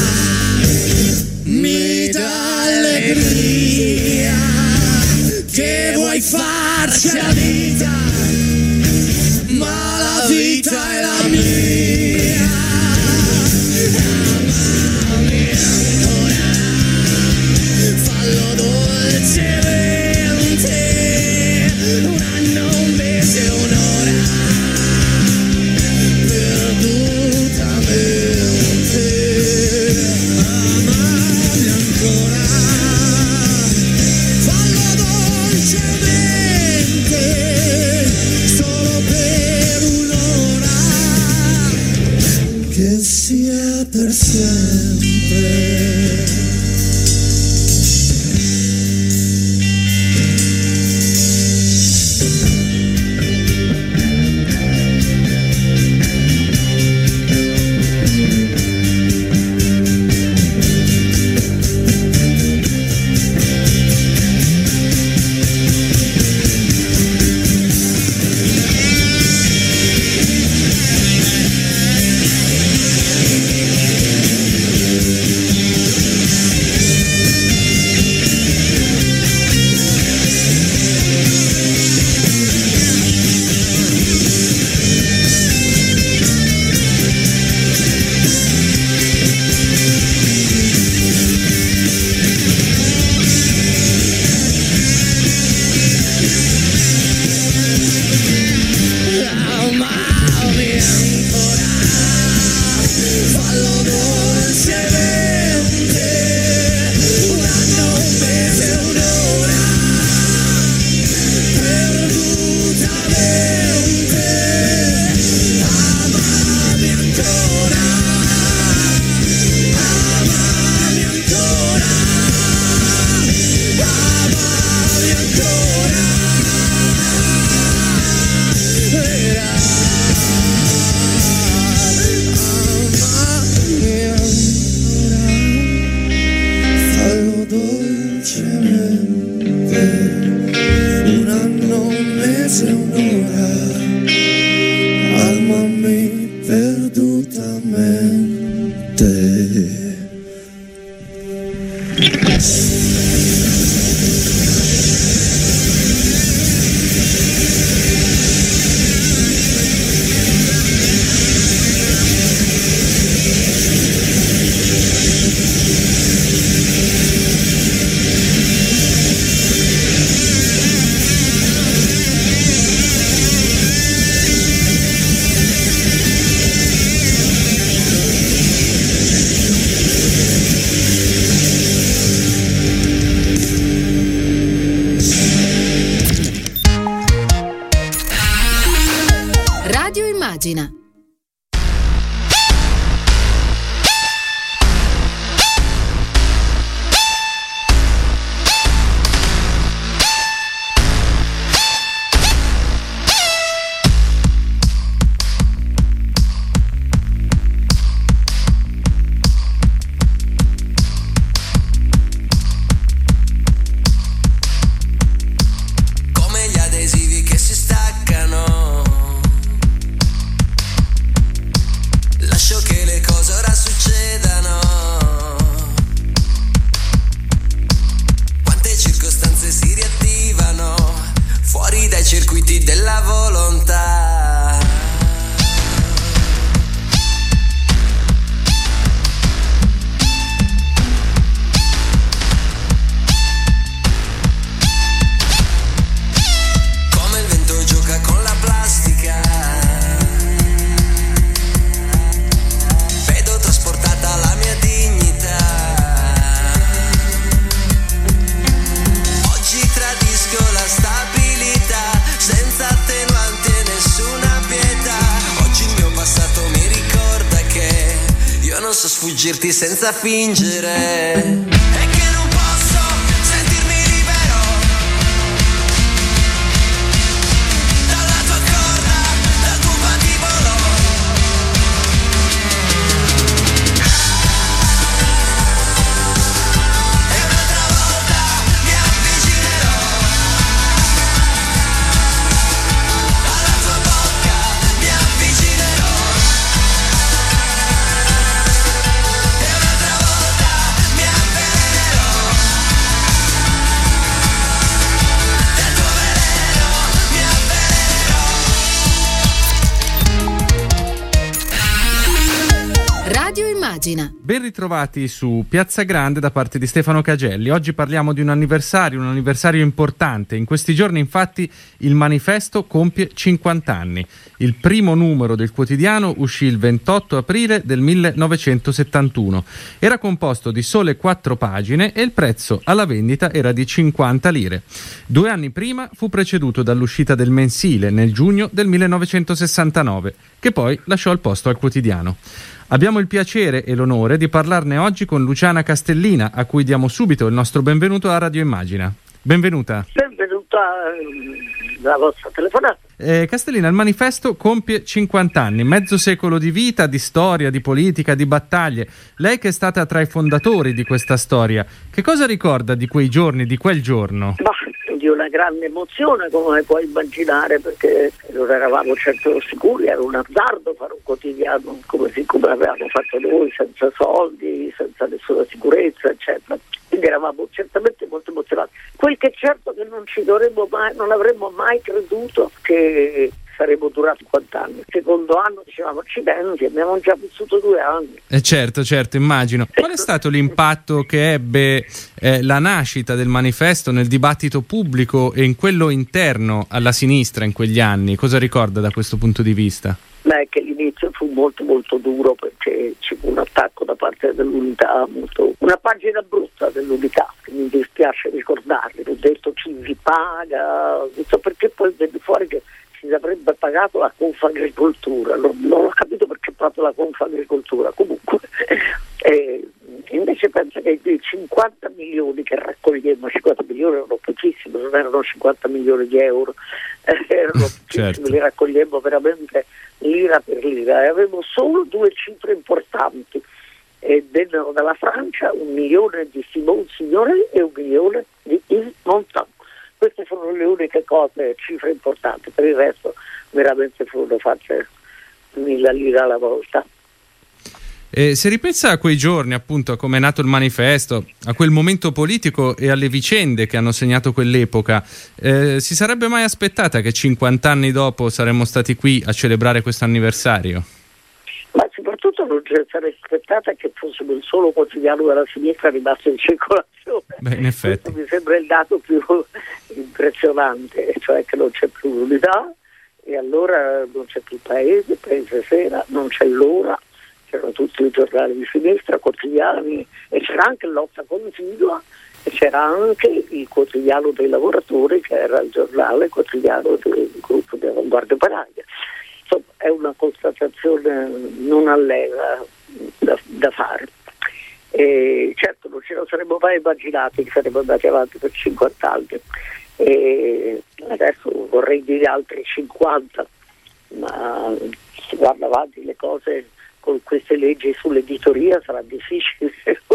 mi dà allegria, che vuoi farci a vita, ma la vita è la mia. Amami ancora, fallo dolcemente, un anno, un mese, un'ora, perdutamente. Amami ancora, fallo dolcemente, solo per un'ora, che sia per sempre.
sfuggirti senza fingere.
Ben ritrovati su Piazza Grande da parte di Stefano Cagelli. Oggi parliamo di un anniversario, un anniversario importante. In questi giorni infatti il Manifesto compie cinquanta anni. Il primo numero del quotidiano uscì il ventotto aprile del millenovecentosettantuno. Era composto di sole quattro pagine e il prezzo alla vendita era di cinquanta lire. Due anni prima fu preceduto dall'uscita del mensile nel giugno del millenovecentosessantanove, che poi lasciò il posto al quotidiano. Abbiamo il piacere e l'onore di parlarne oggi con Luciana Castellina, a cui diamo subito il nostro benvenuto a Radio Immagina. Benvenuta.
Benvenuta alla vostra telefonata.
Eh, Castellina, il Manifesto compie cinquanta anni, mezzo secolo di vita, di storia, di politica, di battaglie. Lei che è stata tra i fondatori di questa storia, che cosa ricorda di quei giorni, di quel giorno?
Bah, di una grande emozione, come puoi immaginare, perché non eravamo certo sicuri, era un azzardo fare un quotidiano come, come avevamo fatto noi, senza soldi, senza nessuna sicurezza, eccetera. Quindi eravamo certamente molto emozionati. Quel che è certo che non ci dovremmo mai, non avremmo mai creduto che saremmo durati cinquanta anni. Il secondo anno dicevamo accidenti, abbiamo già vissuto due anni.
Eh certo, certo, immagino. Qual è stato l'impatto che ebbe eh, la nascita del Manifesto nel dibattito pubblico e in quello interno alla sinistra in quegli anni? Cosa ricorda da questo punto di vista?
Beh, che l'inizio fu molto molto duro, perché ci fu un attacco da parte dell'Unità, molto, una pagina brutta dell'Unità, che mi dispiace ricordarli. Ho detto chi vi paga, non so perché poi venne fuori che si avrebbe pagato la Confagricoltura, non, non ho capito perché proprio la Confagricoltura, comunque eh, invece penso che i cinquanta milioni che raccogliemmo, cinquanta milioni erano pochissimi, non erano cinquanta milioni di euro, eh, erano pochissimi, certo. Li raccogliemmo veramente lira per lira e avevo solo due cifre importanti, e vennero dalla Francia un milione di Simon Signore e un milione di Yves Montand. Queste furono le uniche cose, cifre importanti, per il resto veramente furono fatte mille lire alla volta.
E se ripensa a quei giorni, appunto, a come è nato il Manifesto, a quel momento politico e alle vicende che hanno segnato quell'epoca, eh, si sarebbe mai aspettata che cinquanta anni dopo saremmo stati qui a celebrare questo anniversario?
Ma soprattutto non ci sarei aspettata che fossimo il solo quotidiano della sinistra rimasto in circolazione.
Beh, in effetti.
Questo mi sembra il dato più impressionante, cioè che non c'è più l'unità e allora non c'è più il paese, il paese sera, non c'è l'ora, c'erano tutti i giornali di sinistra, quotidiani, e c'era anche Lotta Continua e c'era anche il quotidiano dei lavoratori, che era il giornale quotidiano del gruppo di Avanguardia Operaia. Insomma, è una constatazione non allegra da, da fare. E certo non ce lo saremmo mai immaginati che saremmo andati avanti per cinquanta anni, e adesso vorrei dire altri cinquanta, ma se vanno avanti le cose con queste leggi sull'editoria sarà difficile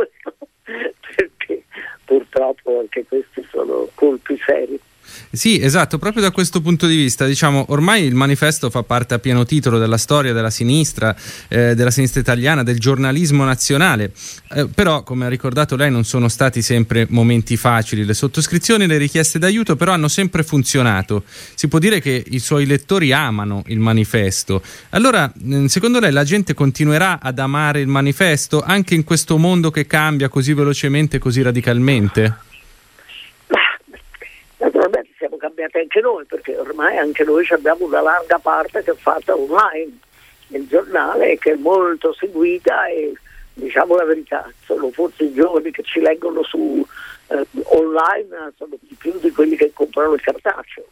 perché purtroppo anche questi sono colpi seri.
Sì, esatto, proprio da questo punto di vista, diciamo, ormai il Manifesto fa parte a pieno titolo della storia della sinistra, eh, della sinistra italiana, del giornalismo nazionale, eh, però come ha ricordato lei non sono stati sempre momenti facili, le sottoscrizioni, le richieste d'aiuto però hanno sempre funzionato. Si può dire che i suoi lettori amano il Manifesto. Allora, secondo lei la gente continuerà ad amare il Manifesto anche in questo mondo che cambia così velocemente, così radicalmente?
Naturalmente siamo cambiati anche noi, perché ormai anche noi abbiamo una larga parte che è fatta online nel giornale e che è molto seguita, e diciamo la verità, sono forse i giovani che ci leggono su eh, online sono di più di quelli che comprano il cartaceo,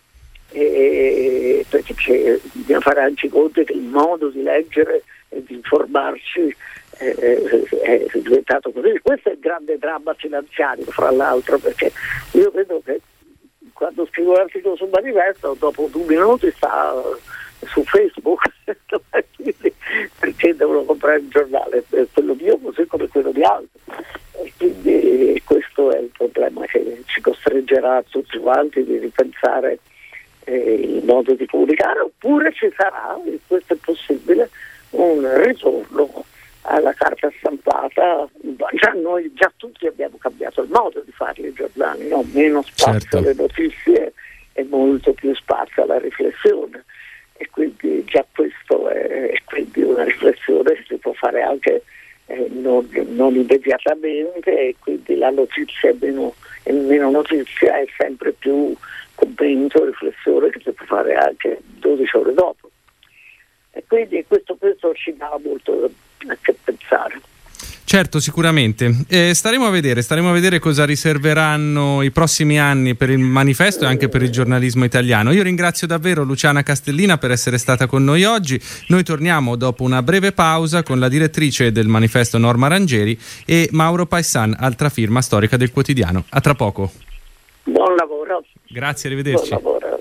e, perché c'è, bisogna fare anche conto che il modo di leggere e di informarci è, è diventato così. Questo è il grande dramma finanziario, fra l'altro, perché io vedo che quando scrivo l'articolo sul manifesto, dopo due minuti sta su Facebook perché devono comprare il giornale, quello mio così come quello di altri, e quindi questo è il problema che ci costringerà tutti quanti di ripensare eh, il modo di comunicare, oppure ci sarà, e questo è possibile, un ritorno alla carta stampata. Già noi già tutti abbiamo cambiato il modo di fare i giornali, no? Meno spazio certo. alle notizie e molto più spazio alla riflessione, e quindi già questo è, è quindi una riflessione che si può fare anche eh, non, non immediatamente, e quindi la notizia è meno, è meno notizia, è sempre più commento, riflessione che si può fare anche dodici ore dopo, e quindi questo, questo ci dà molto a che pensare.
Certo, sicuramente. Eh, staremo a vedere, staremo a vedere cosa riserveranno i prossimi anni per il manifesto e anche per il giornalismo italiano. Io ringrazio davvero Luciana Castellina per essere stata con noi oggi. Noi torniamo dopo una breve pausa con la direttrice del manifesto Norma Rangieri e Mauro Paissan, altra firma storica del quotidiano. A tra poco.
Buon lavoro.
Grazie, arrivederci.
Buon lavoro.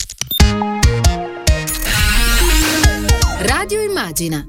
Radio Immagina.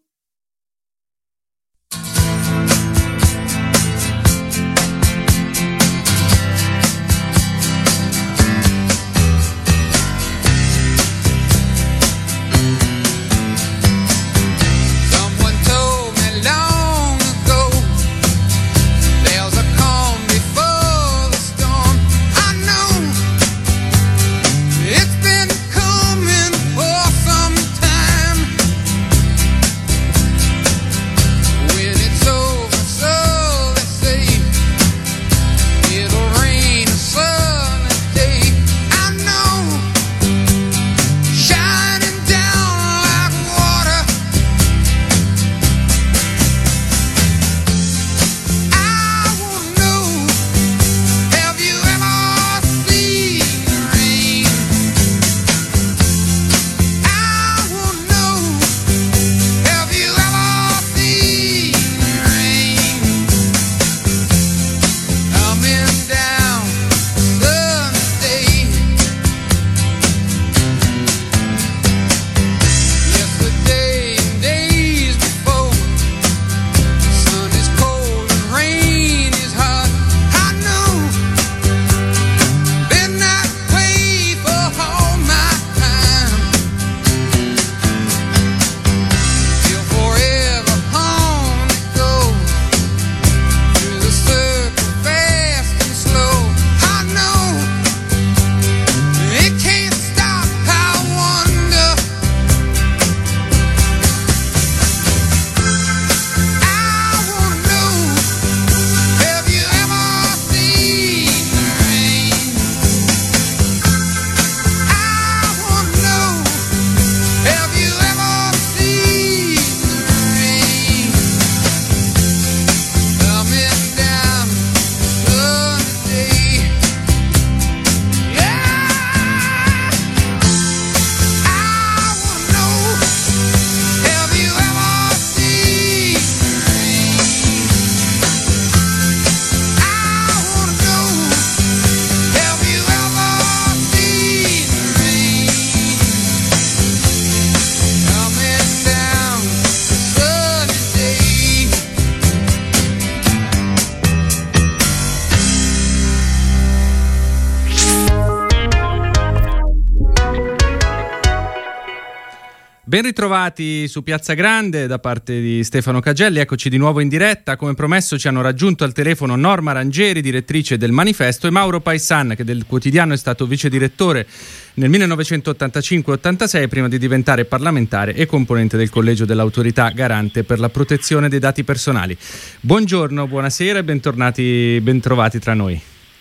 Ben ritrovati su Piazza Grande da parte di Stefano Cagelli, eccoci di nuovo in diretta. Come promesso ci hanno raggiunto al telefono Norma Rangieri, direttrice del manifesto, e Mauro Paissan, che del quotidiano è stato vice direttore nel millenovecentottantacinque ottantasei prima di diventare parlamentare e componente del collegio dell'autorità garante per la protezione dei dati personali. Buongiorno, buonasera e bentornati, bentrovati tra noi.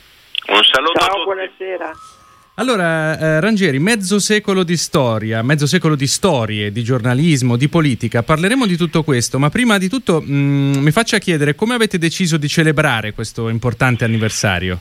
Un saluto
Ciao,
a tutti.
Buonasera.
Allora, eh, Rangieri, mezzo secolo di storia, mezzo secolo di storie, di giornalismo, di politica. Parleremo di tutto questo, ma prima di tutto mh, mi faccia chiedere come avete deciso di celebrare questo importante anniversario?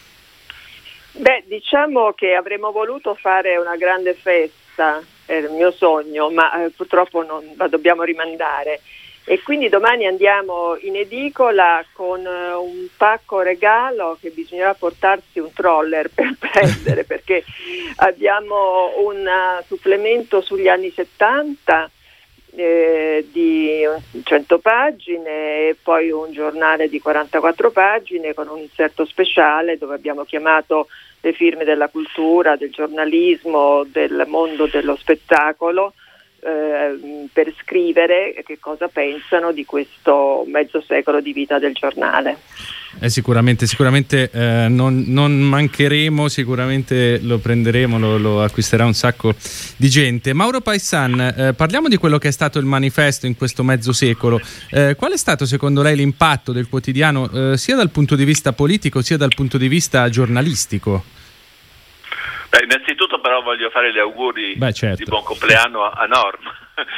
Beh, diciamo che avremmo voluto fare una grande festa, è il mio sogno, ma eh, purtroppo non la dobbiamo rimandare. e quindi domani andiamo in edicola con un pacco regalo che bisognerà portarsi un troller per prendere, perché abbiamo un supplemento sugli anni settanta eh, di cento pagine e poi un giornale di quarantaquattro pagine con un inserto speciale dove abbiamo chiamato le firme della cultura, del giornalismo, del mondo dello spettacolo, Eh, per scrivere che cosa pensano di questo mezzo secolo di vita del giornale.
Eh, sicuramente, sicuramente eh, non, non mancheremo, sicuramente lo prenderemo, lo, lo acquisterà un sacco di gente. Mauro Paissan, eh, parliamo di quello che è stato il manifesto in questo mezzo secolo. Eh, qual è stato secondo lei l'impatto del quotidiano eh, sia dal punto di vista politico sia dal punto di vista giornalistico?
Beh, innanzitutto però voglio fare gli auguri Beh, certo. di buon compleanno a, a Norma,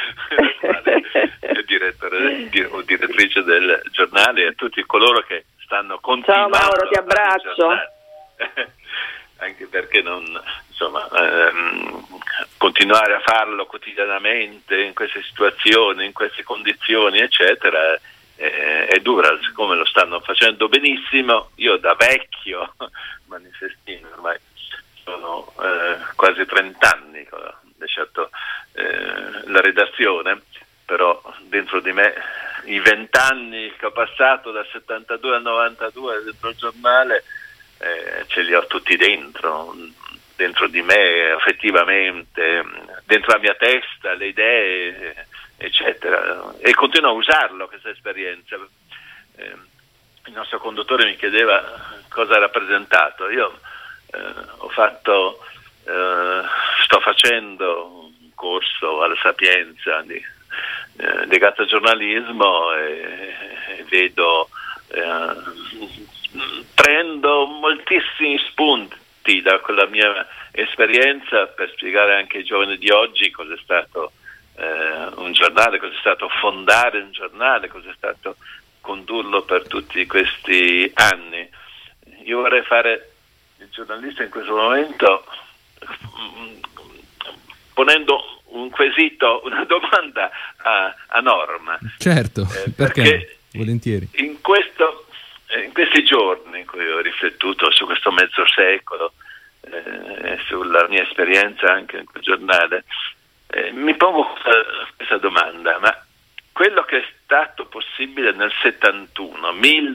direttore o direttrice del giornale, e a tutti coloro che stanno continuando.
Ciao Mauro, ti abbraccio.
Anche perché non, insomma, ehm, continuare a farlo quotidianamente in queste situazioni, in queste condizioni, eccetera, eh, è dura, siccome lo stanno facendo benissimo. Io da vecchio manifestino ormai sono eh, quasi trent'anni che ho lasciato eh, la redazione, però dentro di me i vent'anni che ho passato dal settantadue al novantadue dentro il giornale eh, ce li ho tutti dentro, dentro di me affettivamente, dentro la mia testa, le idee, eccetera, e continuo a usarlo questa esperienza. Eh, il nostro conduttore mi chiedeva cosa ha rappresentato. Io Eh, ho fatto, eh, sto facendo un corso alla Sapienza di, eh, legato al giornalismo e, e vedo, eh, prendo moltissimi spunti da quella mia esperienza per spiegare anche ai giovani di oggi cosa è stato eh, un giornale, cosa è stato fondare un giornale, cosa è stato condurlo per tutti questi anni. Io vorrei fare il giornalista in questo momento ponendo un quesito, una domanda a, a Norma.
Certo, eh, perché, perché volentieri.
In, questo, eh, in questi giorni in cui ho riflettuto su questo mezzo secolo, eh, sulla mia esperienza anche in quel giornale, eh, mi pongo questa, questa domanda: ma quello che è stato possibile nel settantuno,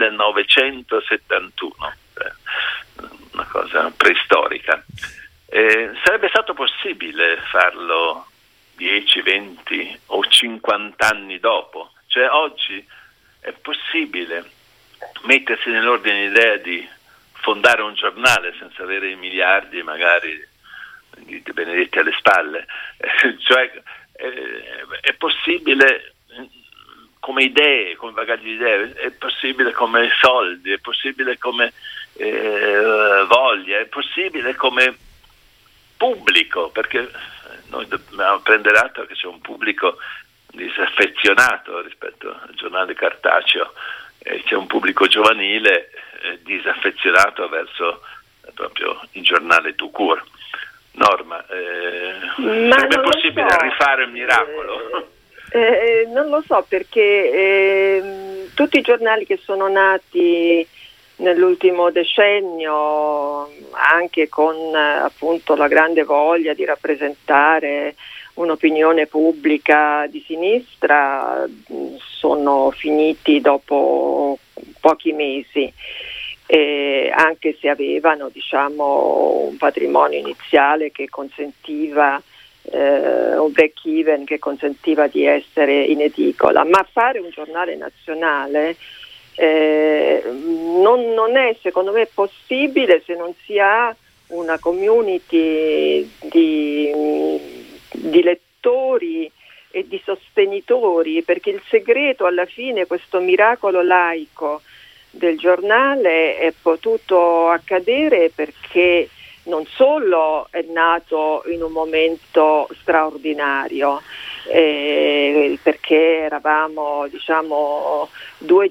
millenovecentosettantuno, eh, una cosa preistorica, eh, sarebbe stato possibile farlo dieci, venti o cinquanta anni dopo? Cioè oggi è possibile mettersi nell'ordine d'idea di fondare un giornale senza avere i miliardi magari di Benedetti alle spalle, eh, cioè eh, è possibile come idee, come bagaglio di idee, è possibile come soldi, è possibile come eh, voglia, è possibile come pubblico, perché noi dobbiamo prendere atto che c'è un pubblico disaffezionato rispetto al giornale cartaceo, e c'è un pubblico giovanile eh, disaffezionato verso eh, proprio il giornale tout court. Norma, eh, sarebbe possibile so. rifare un miracolo?
Eh, eh, non lo so, perché eh, tutti i giornali che sono nati nell'ultimo decennio, anche con eh, appunto la grande voglia di rappresentare un'opinione pubblica di sinistra, sono finiti dopo pochi mesi, eh, anche se avevano, diciamo, un patrimonio iniziale che consentiva eh, un break even, che consentiva di essere in edicola. Ma fare un giornale nazionale eh, non, non è, secondo me, possibile se non si ha una community di, di lettori e di sostenitori, perché il segreto, alla fine, questo miracolo laico del giornale è potuto accadere perché non solo è nato in un momento straordinario, eh, perché eravamo, diciamo, due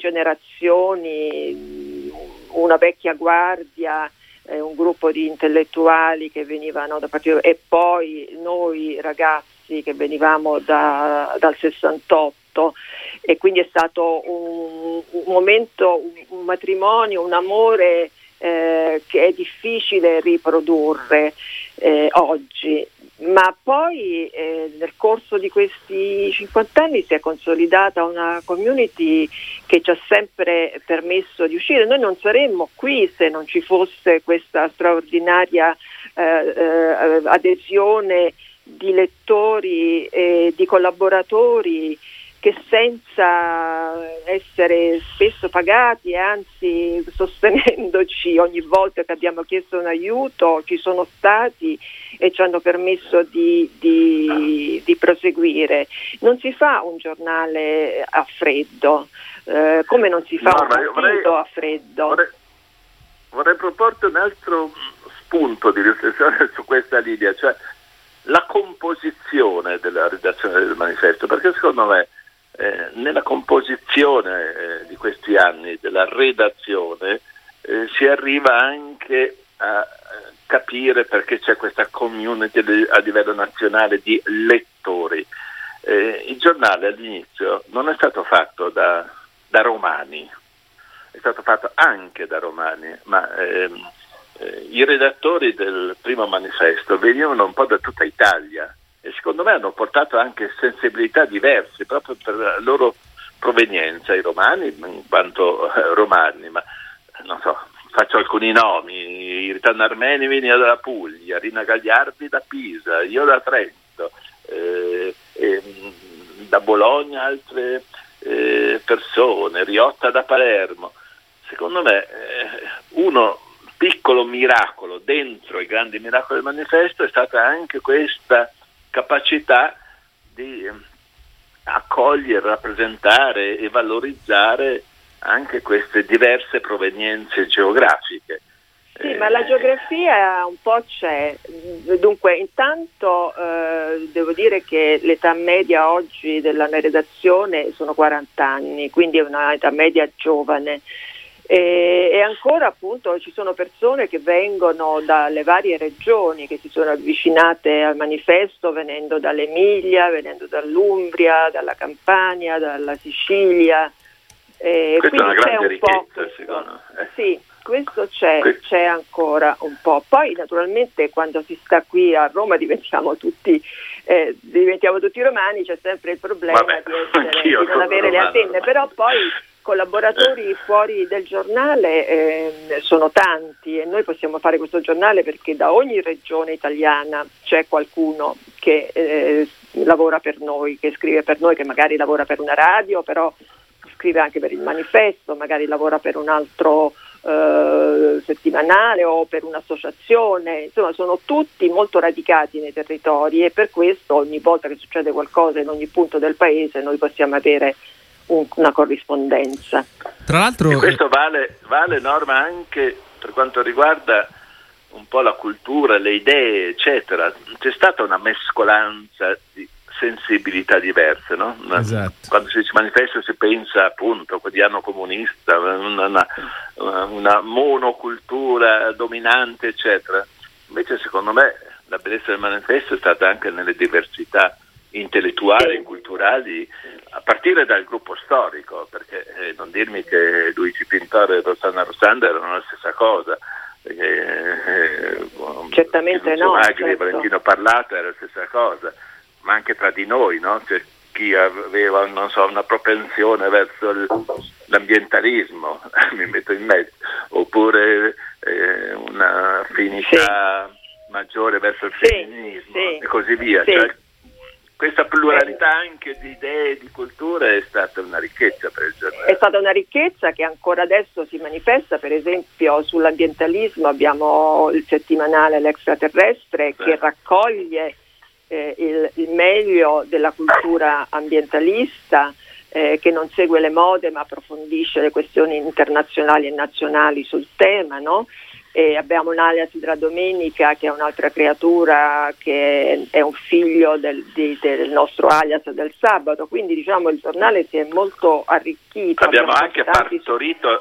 generazioni, una vecchia guardia, eh, un gruppo di intellettuali che venivano da partito, e poi noi ragazzi che venivamo da, dal sessantotto, e quindi è stato un, un momento, un, un matrimonio, un amore eh, che è difficile riprodurre eh, oggi. Ma poi eh, nel corso di questi cinquanta anni si è consolidata una community che ci ha sempre permesso di uscire. Noi non saremmo qui se non ci fosse questa straordinaria eh, eh, adesione di lettori e di collaboratori che senza essere spesso pagati e anzi sostenendoci ogni volta che abbiamo chiesto un aiuto ci sono stati e ci hanno permesso di, di, di proseguire. Non si fa un giornale a freddo, eh, come non si fa no, un partito vorrei, a freddo.
Vorrei, vorrei proporti un altro spunto di riflessione su questa linea, cioè la composizione della redazione del manifesto, perché secondo me Eh, nella composizione eh, di questi anni della redazione eh, si arriva anche a eh, capire perché c'è questa community a livello nazionale di lettori. Eh, il giornale all'inizio non è stato fatto da, da romani, è stato fatto anche da romani, ma ehm, eh, i redattori del primo manifesto venivano un po' da tutta Italia. E secondo me hanno portato anche sensibilità diverse proprio per la loro provenienza, i romani in quanto eh, romani, ma non so, faccio alcuni nomi: Irtan Armeni veniva dalla Puglia, Rina Gagliardi da Pisa, io da Trento, eh, e, da Bologna altre eh, persone, Riotta da Palermo. Secondo me eh, uno piccolo miracolo dentro i grandi miracoli del manifesto è stata anche questa capacità di accogliere, rappresentare e valorizzare anche queste diverse provenienze geografiche.
Sì, eh, ma la geografia un po' c'è. Dunque, intanto eh, devo dire che l'età media oggi della redazione sono quaranta anni, quindi è una età media giovane. E, e ancora appunto ci sono persone che vengono dalle varie regioni, che si sono avvicinate al manifesto venendo dall'Emilia, venendo dall'Umbria, dalla Campania, dalla Sicilia. E
questa è una grande
un
ricchezza, secondo me. Eh.
Sì, questo c'è,
questo.
c'è ancora un po'. Poi naturalmente quando si sta qui a Roma diventiamo tutti eh, diventiamo tutti romani, c'è sempre il problema
Vabbè,
di, essere, di non avere
romano,
le antenne, però poi collaboratori fuori del giornale eh, sono tanti e noi possiamo fare questo giornale perché da ogni regione italiana c'è qualcuno che eh, lavora per noi, che scrive per noi, che magari lavora per una radio, però scrive anche per il manifesto, magari lavora per un altro eh, settimanale o per un'associazione. Insomma, sono tutti molto radicati nei territori e per questo ogni volta che succede qualcosa in ogni punto del paese noi possiamo avere una corrispondenza.
Tra l'altro,
e questo vale, vale Norma anche per quanto riguarda un po' la cultura, le idee, eccetera. C'è stata una mescolanza di sensibilità diverse, no?
Esatto.
Quando si manifesta si pensa appunto al quotidiano comunista, una, una, una monocultura dominante, eccetera. Invece secondo me la bellezza del manifesto è stata anche nelle diversità intellettuali e culturali, a partire dal gruppo storico, perché eh, non dirmi che Luigi Pintore e Rossana Rossanda erano la stessa cosa, perché eh,
certamente no,
Magri e
certo.
Valentino Parlata era la stessa cosa, ma anche tra di noi, no? C'è chi aveva, non so, una propensione verso il, l'ambientalismo, mi metto in mezzo, oppure eh, una affinità sì. maggiore verso il
sì,
femminismo
sì,
e così via.
Sì.
Cioè, questa pluralità anche di idee e di culture è stata una ricchezza per il giornale.
È stata una ricchezza che ancora adesso si manifesta, per esempio sull'ambientalismo abbiamo il settimanale L'Extraterrestre sì. che raccoglie eh, il, il meglio della cultura ambientalista, eh, che non segue le mode ma approfondisce le questioni internazionali e nazionali sul tema, no? E abbiamo un alias della domenica che è un'altra creatura che è un figlio del, di, del nostro alias del sabato, quindi diciamo il giornale si è molto arricchito.
Abbiamo, abbiamo anche tanti... partorito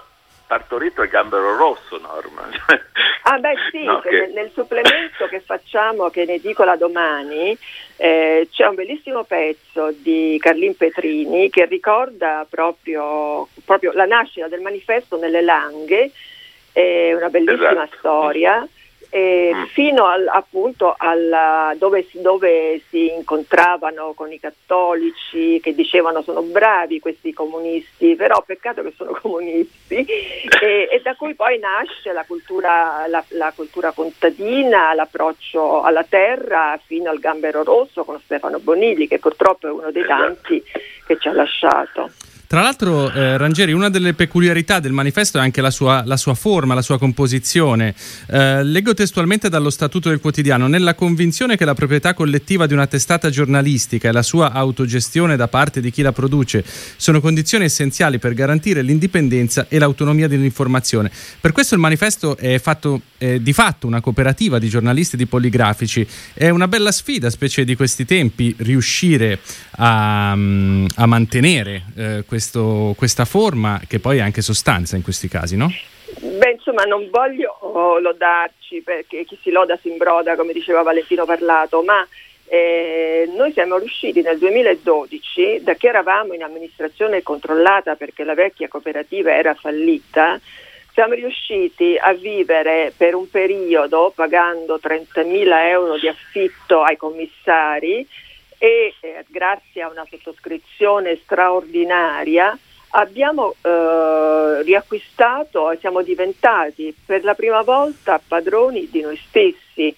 partorito il gambero rosso, Norma.
Ah beh sì,
no,
che...
che...
nel supplemento che facciamo, che ne dico la domani, eh, c'è un bellissimo pezzo di Carlin Petrini che ricorda proprio, proprio la nascita del manifesto nelle Langhe, è una bellissima
esatto.
storia. E
mm.
fino al, appunto al, dove, si, dove si incontravano con i cattolici che dicevano sono bravi questi comunisti, però peccato che sono comunisti, e, e da cui poi nasce la cultura, la, la cultura contadina, l'approccio alla terra fino al gambero rosso con Stefano Bonilli, che purtroppo è uno dei tanti che ci ha lasciato.
Tra l'altro, eh, Rangieri, una delle peculiarità del manifesto è anche la sua, la sua forma, la sua composizione. Eh, leggo testualmente dallo Statuto del Quotidiano: nella convinzione che la proprietà collettiva di una testata giornalistica e la sua autogestione da parte di chi la produce sono condizioni essenziali per garantire l'indipendenza e l'autonomia dell'informazione. Per questo il manifesto è fatto è di fatto una cooperativa di giornalisti e di poligrafici. È una bella sfida, specie di questi tempi, riuscire a, a mantenere eh, Questo, questa forma che poi è anche sostanza in questi casi, no?
Beh, insomma, non voglio lodarci, perché chi si loda si imbroda, come diceva Valentino Parlato, ma eh, noi siamo riusciti nel duemiladodici, da che eravamo in amministrazione controllata perché la vecchia cooperativa era fallita, siamo riusciti a vivere per un periodo pagando trentamila euro di affitto ai commissari, e eh, grazie a una sottoscrizione straordinaria abbiamo eh, riacquistato e siamo diventati per la prima volta padroni di noi stessi,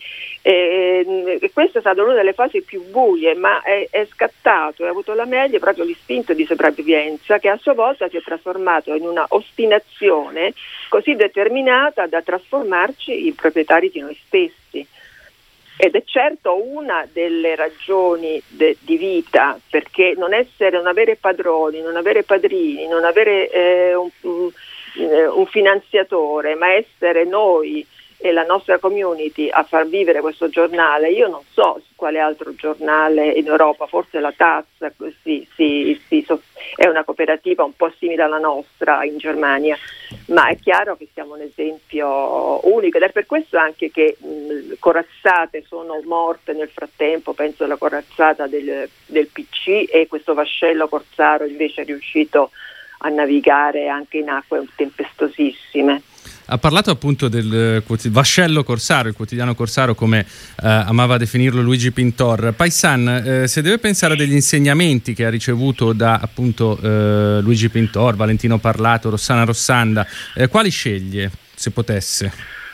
e, e questa è stata una delle fasi più buie, ma è, è scattato, è avuto la meglio proprio l'istinto di sopravvivenza, che a sua volta si è trasformato in una ostinazione così determinata da trasformarci in proprietari di noi stessi. Ed è certo una delle ragioni de, di vita, perché non essere, non avere padroni, non avere padrini, non avere eh, un, un, un finanziatore, ma essere noi e la nostra community a far vivere questo giornale. Io non so quale altro giornale in Europa, forse la Taz, sì, sì, sì, so, è una cooperativa un po' simile alla nostra in Germania, ma è chiaro che siamo un esempio unico, ed è per questo anche che mh, corazzate sono morte nel frattempo. Penso alla corazzata del, del P C, e questo vascello corsaro invece è riuscito a navigare anche in acque tempestosissime.
Ha parlato appunto del quotid- vascello corsaro, il quotidiano corsaro, come eh, amava definirlo Luigi Pintor. Paisan, eh, se deve pensare a degli insegnamenti che ha ricevuto da appunto eh, Luigi Pintor, Valentino Parlato, Rossana Rossanda, eh, quali sceglie, se potesse?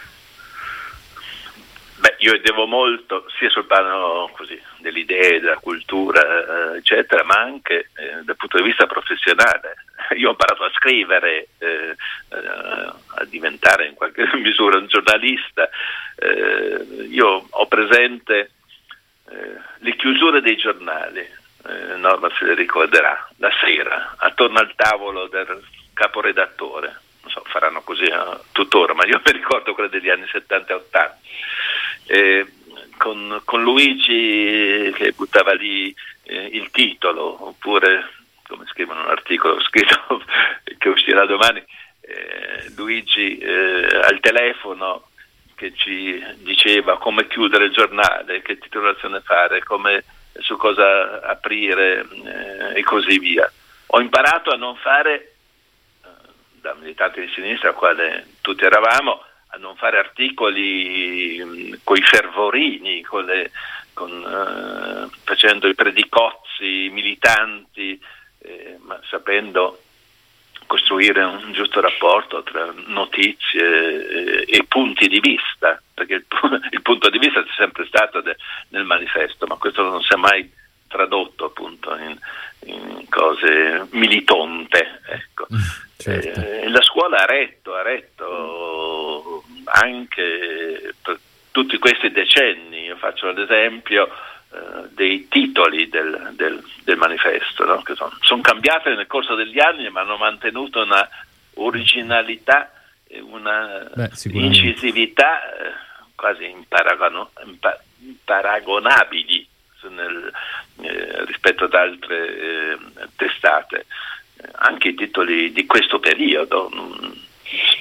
Beh, io devo molto sia sul piano così delle idee, della cultura, eh, eccetera, ma anche eh, dal punto di vista professionale. Io ho imparato a scrivere, eh, eh, a diventare in qualche misura un giornalista. Eh, io ho presente eh, le chiusure dei giornali, eh, Norma se le ricorderà, la sera, attorno al tavolo del caporedattore. Non so, faranno così eh, tuttora, ma io mi ricordo quelle degli anni settanta e ottanta. Eh, con, con Luigi che buttava lì eh, il titolo, oppure come scrivono un articolo scritto che uscirà domani, eh, Luigi eh, al telefono che ci diceva come chiudere il giornale, che titolazione fare, come, su cosa aprire eh, e così via. Ho imparato a non fare, eh, da militante di sinistra, quale tutti eravamo, a non fare articoli coi fervorini, con le, con, eh, facendo i predicozzi militanti, eh, ma sapendo costruire un giusto rapporto tra notizie e, e punti di vista, perché il, il punto di vista c'è sempre stato de, nel manifesto, ma questo non si è mai tradotto appunto in, in cose militonte, ecco. Certo. Eh, la scuola ha retto, ha retto anche per tutti questi decenni. Io faccio l'esempio eh, dei titoli del, del, del manifesto, no? Che sono, sono cambiate nel corso degli anni, ma hanno mantenuto una originalità e una Beh, incisività eh, quasi imparagono, impa, imparagonabili nel, eh, rispetto ad altre eh, testate. Anche i titoli di questo periodo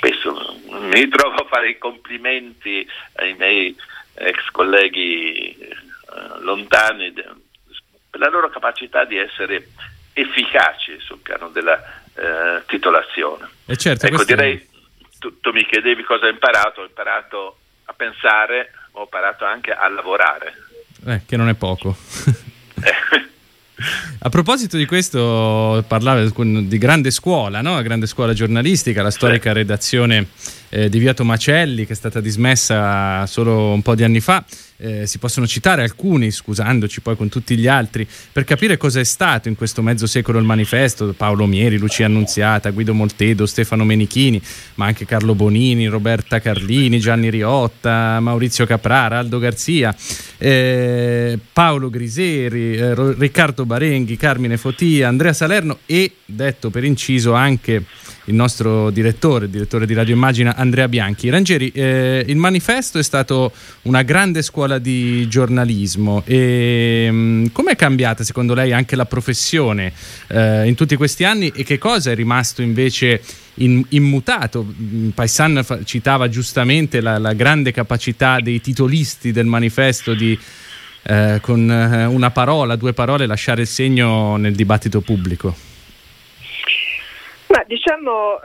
spesso mi ritrovo a fare i complimenti ai miei ex colleghi eh, lontani de, per la loro capacità di essere efficaci sul piano della eh, titolazione.
E certo,
ecco,
questo...
direi, tu, tu mi chiedevi cosa ho imparato, ho imparato a pensare, ho imparato anche a lavorare.
Eh, che non è poco. A proposito di questo, parlava di grande scuola, no? Grande scuola giornalistica, la storica redazione eh, di Via Tomacelli, che è stata dismessa solo un po' di anni fa. Eh, si possono citare alcuni, scusandoci poi con tutti gli altri, per capire cosa è stato in questo mezzo secolo il manifesto: Paolo Mieri, Lucia Annunziata, Guido Moltedo, Stefano Menichini, ma anche Carlo Bonini, Roberta Carlini, Gianni Riotta, Maurizio Caprara, Aldo Garzia, eh, Paolo Griseri, eh, Riccardo Barenghi, Carmine Fotia, Andrea Salerno e, detto per inciso, anche il nostro direttore, il direttore di Radio Immagina, Andrea Bianchi. Rangieri, eh, il manifesto è stato una grande scuola di giornalismo e mh, com'è cambiata secondo lei anche la professione eh, in tutti questi anni, e che cosa è rimasto invece in, immutato? Paissan fa, citava giustamente la, la grande capacità dei titolisti del manifesto di eh, con eh, una parola, due parole lasciare il segno nel dibattito pubblico.
Ma diciamo,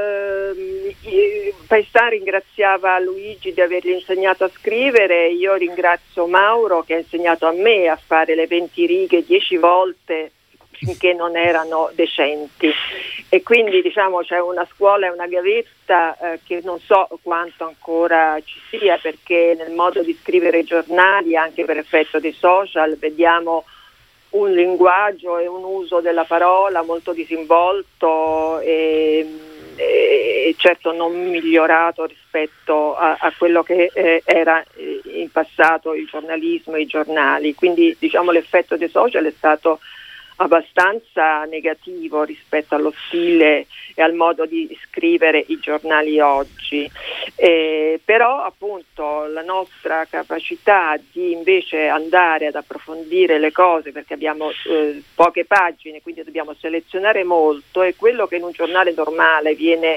eh, Paissan ringraziava Luigi di avergli insegnato a scrivere, io ringrazio Mauro che ha insegnato a me a fare le venti righe dieci volte finché non erano decenti, e quindi diciamo c'è una scuola e una gavetta eh, che non so quanto ancora ci sia, perché nel modo di scrivere i giornali, anche per effetto dei social, vediamo un linguaggio e un uso della parola molto disinvolto e, e certo non migliorato rispetto a, a quello che eh, era in passato il giornalismo e i giornali. Quindi diciamo l'effetto dei social è stato abbastanza negativo rispetto allo stile e al modo di scrivere i giornali oggi, eh, però appunto la nostra capacità di invece andare ad approfondire le cose, perché abbiamo eh, poche pagine, quindi dobbiamo selezionare molto, e quello che in un giornale normale viene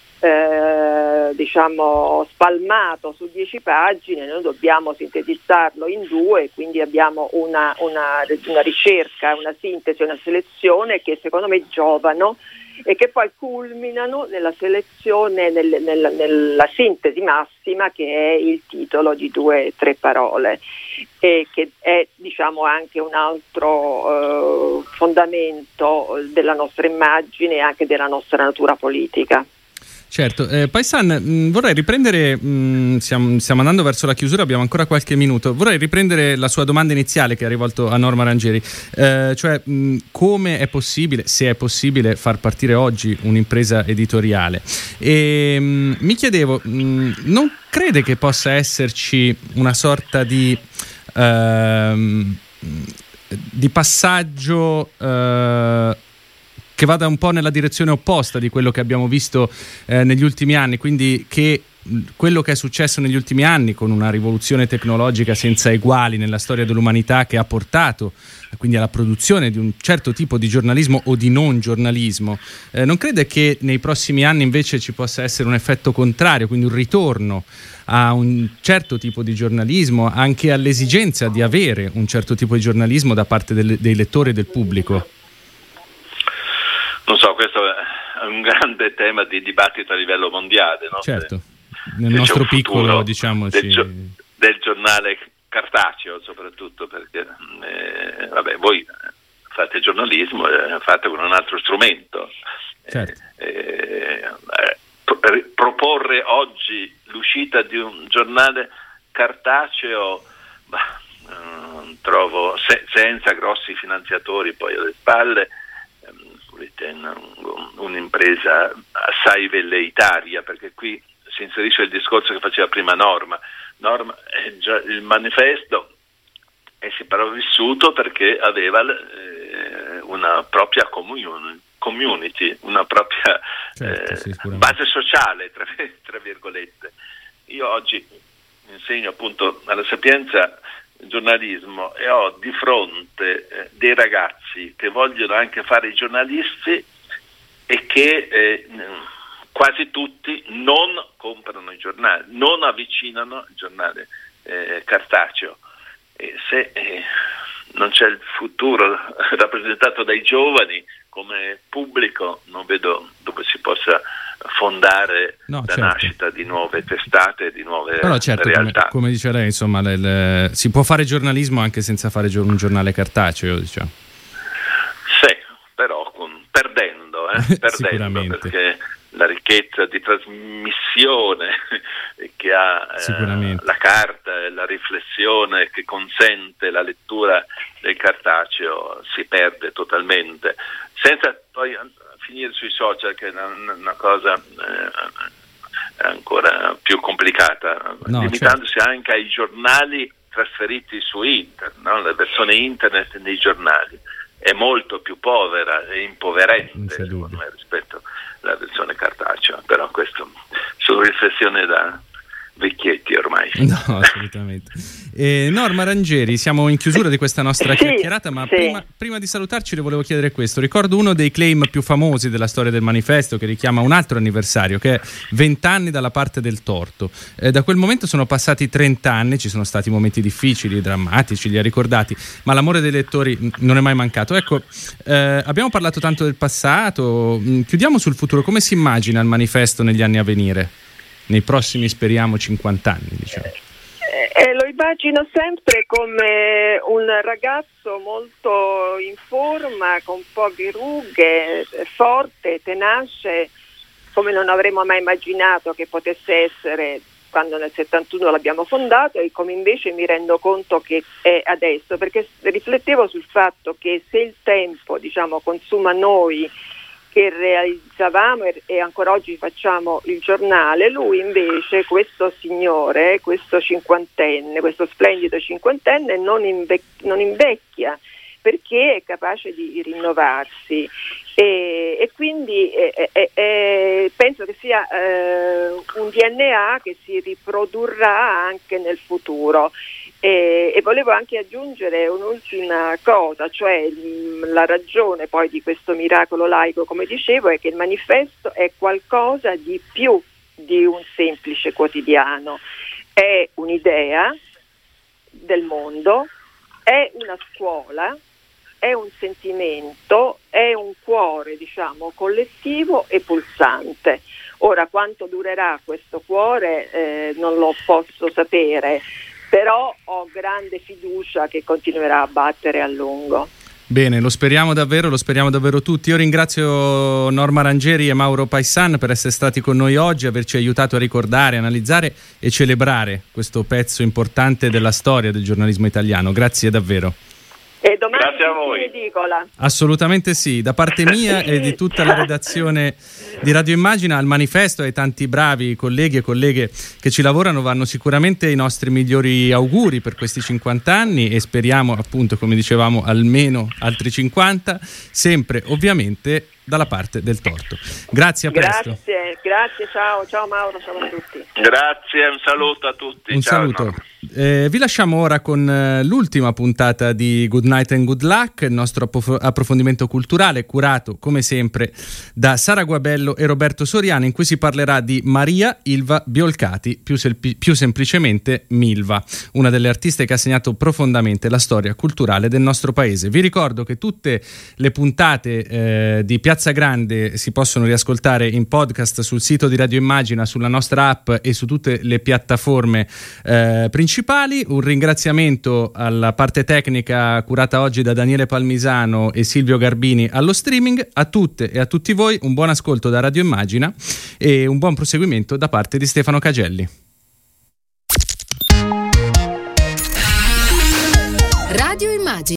Eh, diciamo spalmato su dieci pagine, noi dobbiamo sintetizzarlo in due, quindi abbiamo una, una, una ricerca, una sintesi, una selezione che secondo me giovano e che poi culminano nella selezione, nel, nel, nella sintesi massima, che è il titolo di due o tre parole, e che è diciamo anche un altro eh, fondamento della nostra immagine e anche della nostra natura politica.
Certo, eh, Paissan, mh, vorrei riprendere, mh, stiamo, stiamo andando verso la chiusura, abbiamo ancora qualche minuto, vorrei riprendere la sua domanda iniziale che ha rivolto a Norma Rangieri, eh, cioè mh, come è possibile, se è possibile, far partire oggi un'impresa editoriale. E mh, mi chiedevo, mh, non crede che possa esserci una sorta di, ehm, di passaggio eh, che vada un po' nella direzione opposta di quello che abbiamo visto eh, negli ultimi anni, quindi che quello che è successo negli ultimi anni, con una rivoluzione tecnologica senza eguali nella storia dell'umanità, che ha portato quindi alla produzione di un certo tipo di giornalismo o di non giornalismo, eh, non crede che nei prossimi anni invece ci possa essere un effetto contrario, quindi un ritorno a un certo tipo di giornalismo, anche all'esigenza di avere un certo tipo di giornalismo da parte del, dei lettori e del pubblico?
Non so, questo è un grande tema di dibattito a livello mondiale, no?
Certo, nel nostro piccolo, diciamoci,
del, del giornale cartaceo soprattutto, perché eh, vabbè, voi fate giornalismo, eh, fate con un altro strumento.
Certo.
Eh, eh, proporre oggi l'uscita di un giornale cartaceo, bah, eh, trovo se, senza grossi finanziatori poi alle spalle, un'impresa assai velleitaria, perché qui si inserisce il discorso che faceva prima Norma. Norma è già il manifesto è sopravvissuto perché aveva eh, una propria commun- community, una propria certo, eh, sì, base sociale, tra, tra virgolette. Io oggi insegno appunto alla Sapienza giornalismo e ho di fronte eh, dei ragazzi che vogliono anche fare i giornalisti e che eh, quasi tutti non comprano i giornali, non avvicinano il giornale eh, cartaceo. E se eh, non c'è il futuro rappresentato dai giovani come pubblico, non vedo dove si possa fondare
no,
la
certo.
nascita di nuove testate, di nuove
Però certo,
realtà.
Come, come dice lei, insomma, le, le, si può fare giornalismo anche senza fare gio- un giornale cartaceo, diciamo.
Sì, però con, perdendo, eh, perdendo perché la ricchezza di trasmissione che ha eh, la carta e la riflessione che consente la lettura del cartaceo si perde totalmente, senza poi finire sui social, che è una, una cosa eh, ancora più complicata,
no,
limitandosi
certo.
anche ai giornali trasferiti su internet, no? La versione internet dei giornali è molto più povera e impoverente secondo me rispetto alla versione cartacea, però questo sono riflessioni da vecchietti ormai.
No, assolutamente. Eh, Norma Rangieri, siamo in chiusura di questa nostra
sì,
chiacchierata, ma
sì.
prima, prima di salutarci le volevo chiedere questo. Ricordo uno dei claim più famosi della storia del manifesto, che richiama un altro anniversario, che è vent'anni dalla parte del torto. Eh, da quel momento sono passati trent'anni, ci sono stati momenti difficili, drammatici, li ha ricordati, ma l'amore dei lettori non è mai mancato. Ecco, eh, abbiamo parlato tanto del passato, chiudiamo sul futuro. Come si immagina il manifesto negli anni a venire? Nei prossimi, speriamo, cinquanta anni, diciamo.
Eh, lo immagino sempre come un ragazzo molto in forma, con poche rughe, forte, tenace, come non avremmo mai immaginato che potesse essere quando nel settantuno l'abbiamo fondato, e come invece mi rendo conto che è adesso, perché riflettevo sul fatto che se il tempo, diciamo, consuma noi che realizzavamo e ancora oggi facciamo il giornale, lui invece, questo signore, questo cinquantenne, questo splendido cinquantenne non, invec- non invecchia, perché è capace di rinnovarsi e, e quindi eh, eh, eh, penso che sia eh, un D N A che si riprodurrà anche nel futuro. E, e volevo anche aggiungere un'ultima cosa, cioè mh, la ragione poi di questo miracolo laico, come dicevo, è che il manifesto è qualcosa di più di un semplice quotidiano, è un'idea del mondo, è una scuola, è un sentimento, è un cuore, diciamo, collettivo e pulsante. Ora, quanto durerà questo cuore eh, non lo posso sapere, però ho grande fiducia che continuerà a battere a lungo.
Bene, lo speriamo davvero, lo speriamo davvero tutti. Io ringrazio Norma Rangieri e Mauro Paissan per essere stati con noi oggi, averci aiutato a ricordare, analizzare e celebrare questo pezzo importante della storia del giornalismo italiano. Grazie davvero.
E domani
Grazie a voi.
Edicola.
Assolutamente sì, da parte mia e di tutta la redazione di Radio Immagina, al manifesto e ai tanti bravi colleghi e colleghe che ci lavorano vanno sicuramente i nostri migliori auguri per questi cinquanta anni e speriamo, appunto, come dicevamo, almeno altri cinquanta, sempre ovviamente dalla parte del torto. Grazie, a presto.
Grazie, grazie, ciao, ciao Mauro, ciao a tutti.
Grazie, un saluto a tutti.
Un
ciao,
saluto.
No.
Eh, vi lasciamo ora con eh, l'ultima puntata di Good Night and Good Luck, il nostro approf- approfondimento culturale curato come sempre da Sara Guabello e Roberto Soriano, in cui si parlerà di Maria Ilva Biolcati, più, selpi- più semplicemente Milva, una delle artiste che ha segnato profondamente la storia culturale del nostro paese. Vi ricordo che tutte le puntate eh, di Piazza Grande si possono riascoltare in podcast sul sito di Radio Immagina, sulla nostra app e su tutte le piattaforme eh, principali. Un ringraziamento alla parte tecnica curata oggi da Daniele Palmisano e Silvio Garbini allo streaming. A tutte e a tutti voi un buon ascolto da Radio Immagina e un buon proseguimento da parte di Stefano Cagelli.
Radio Immagina.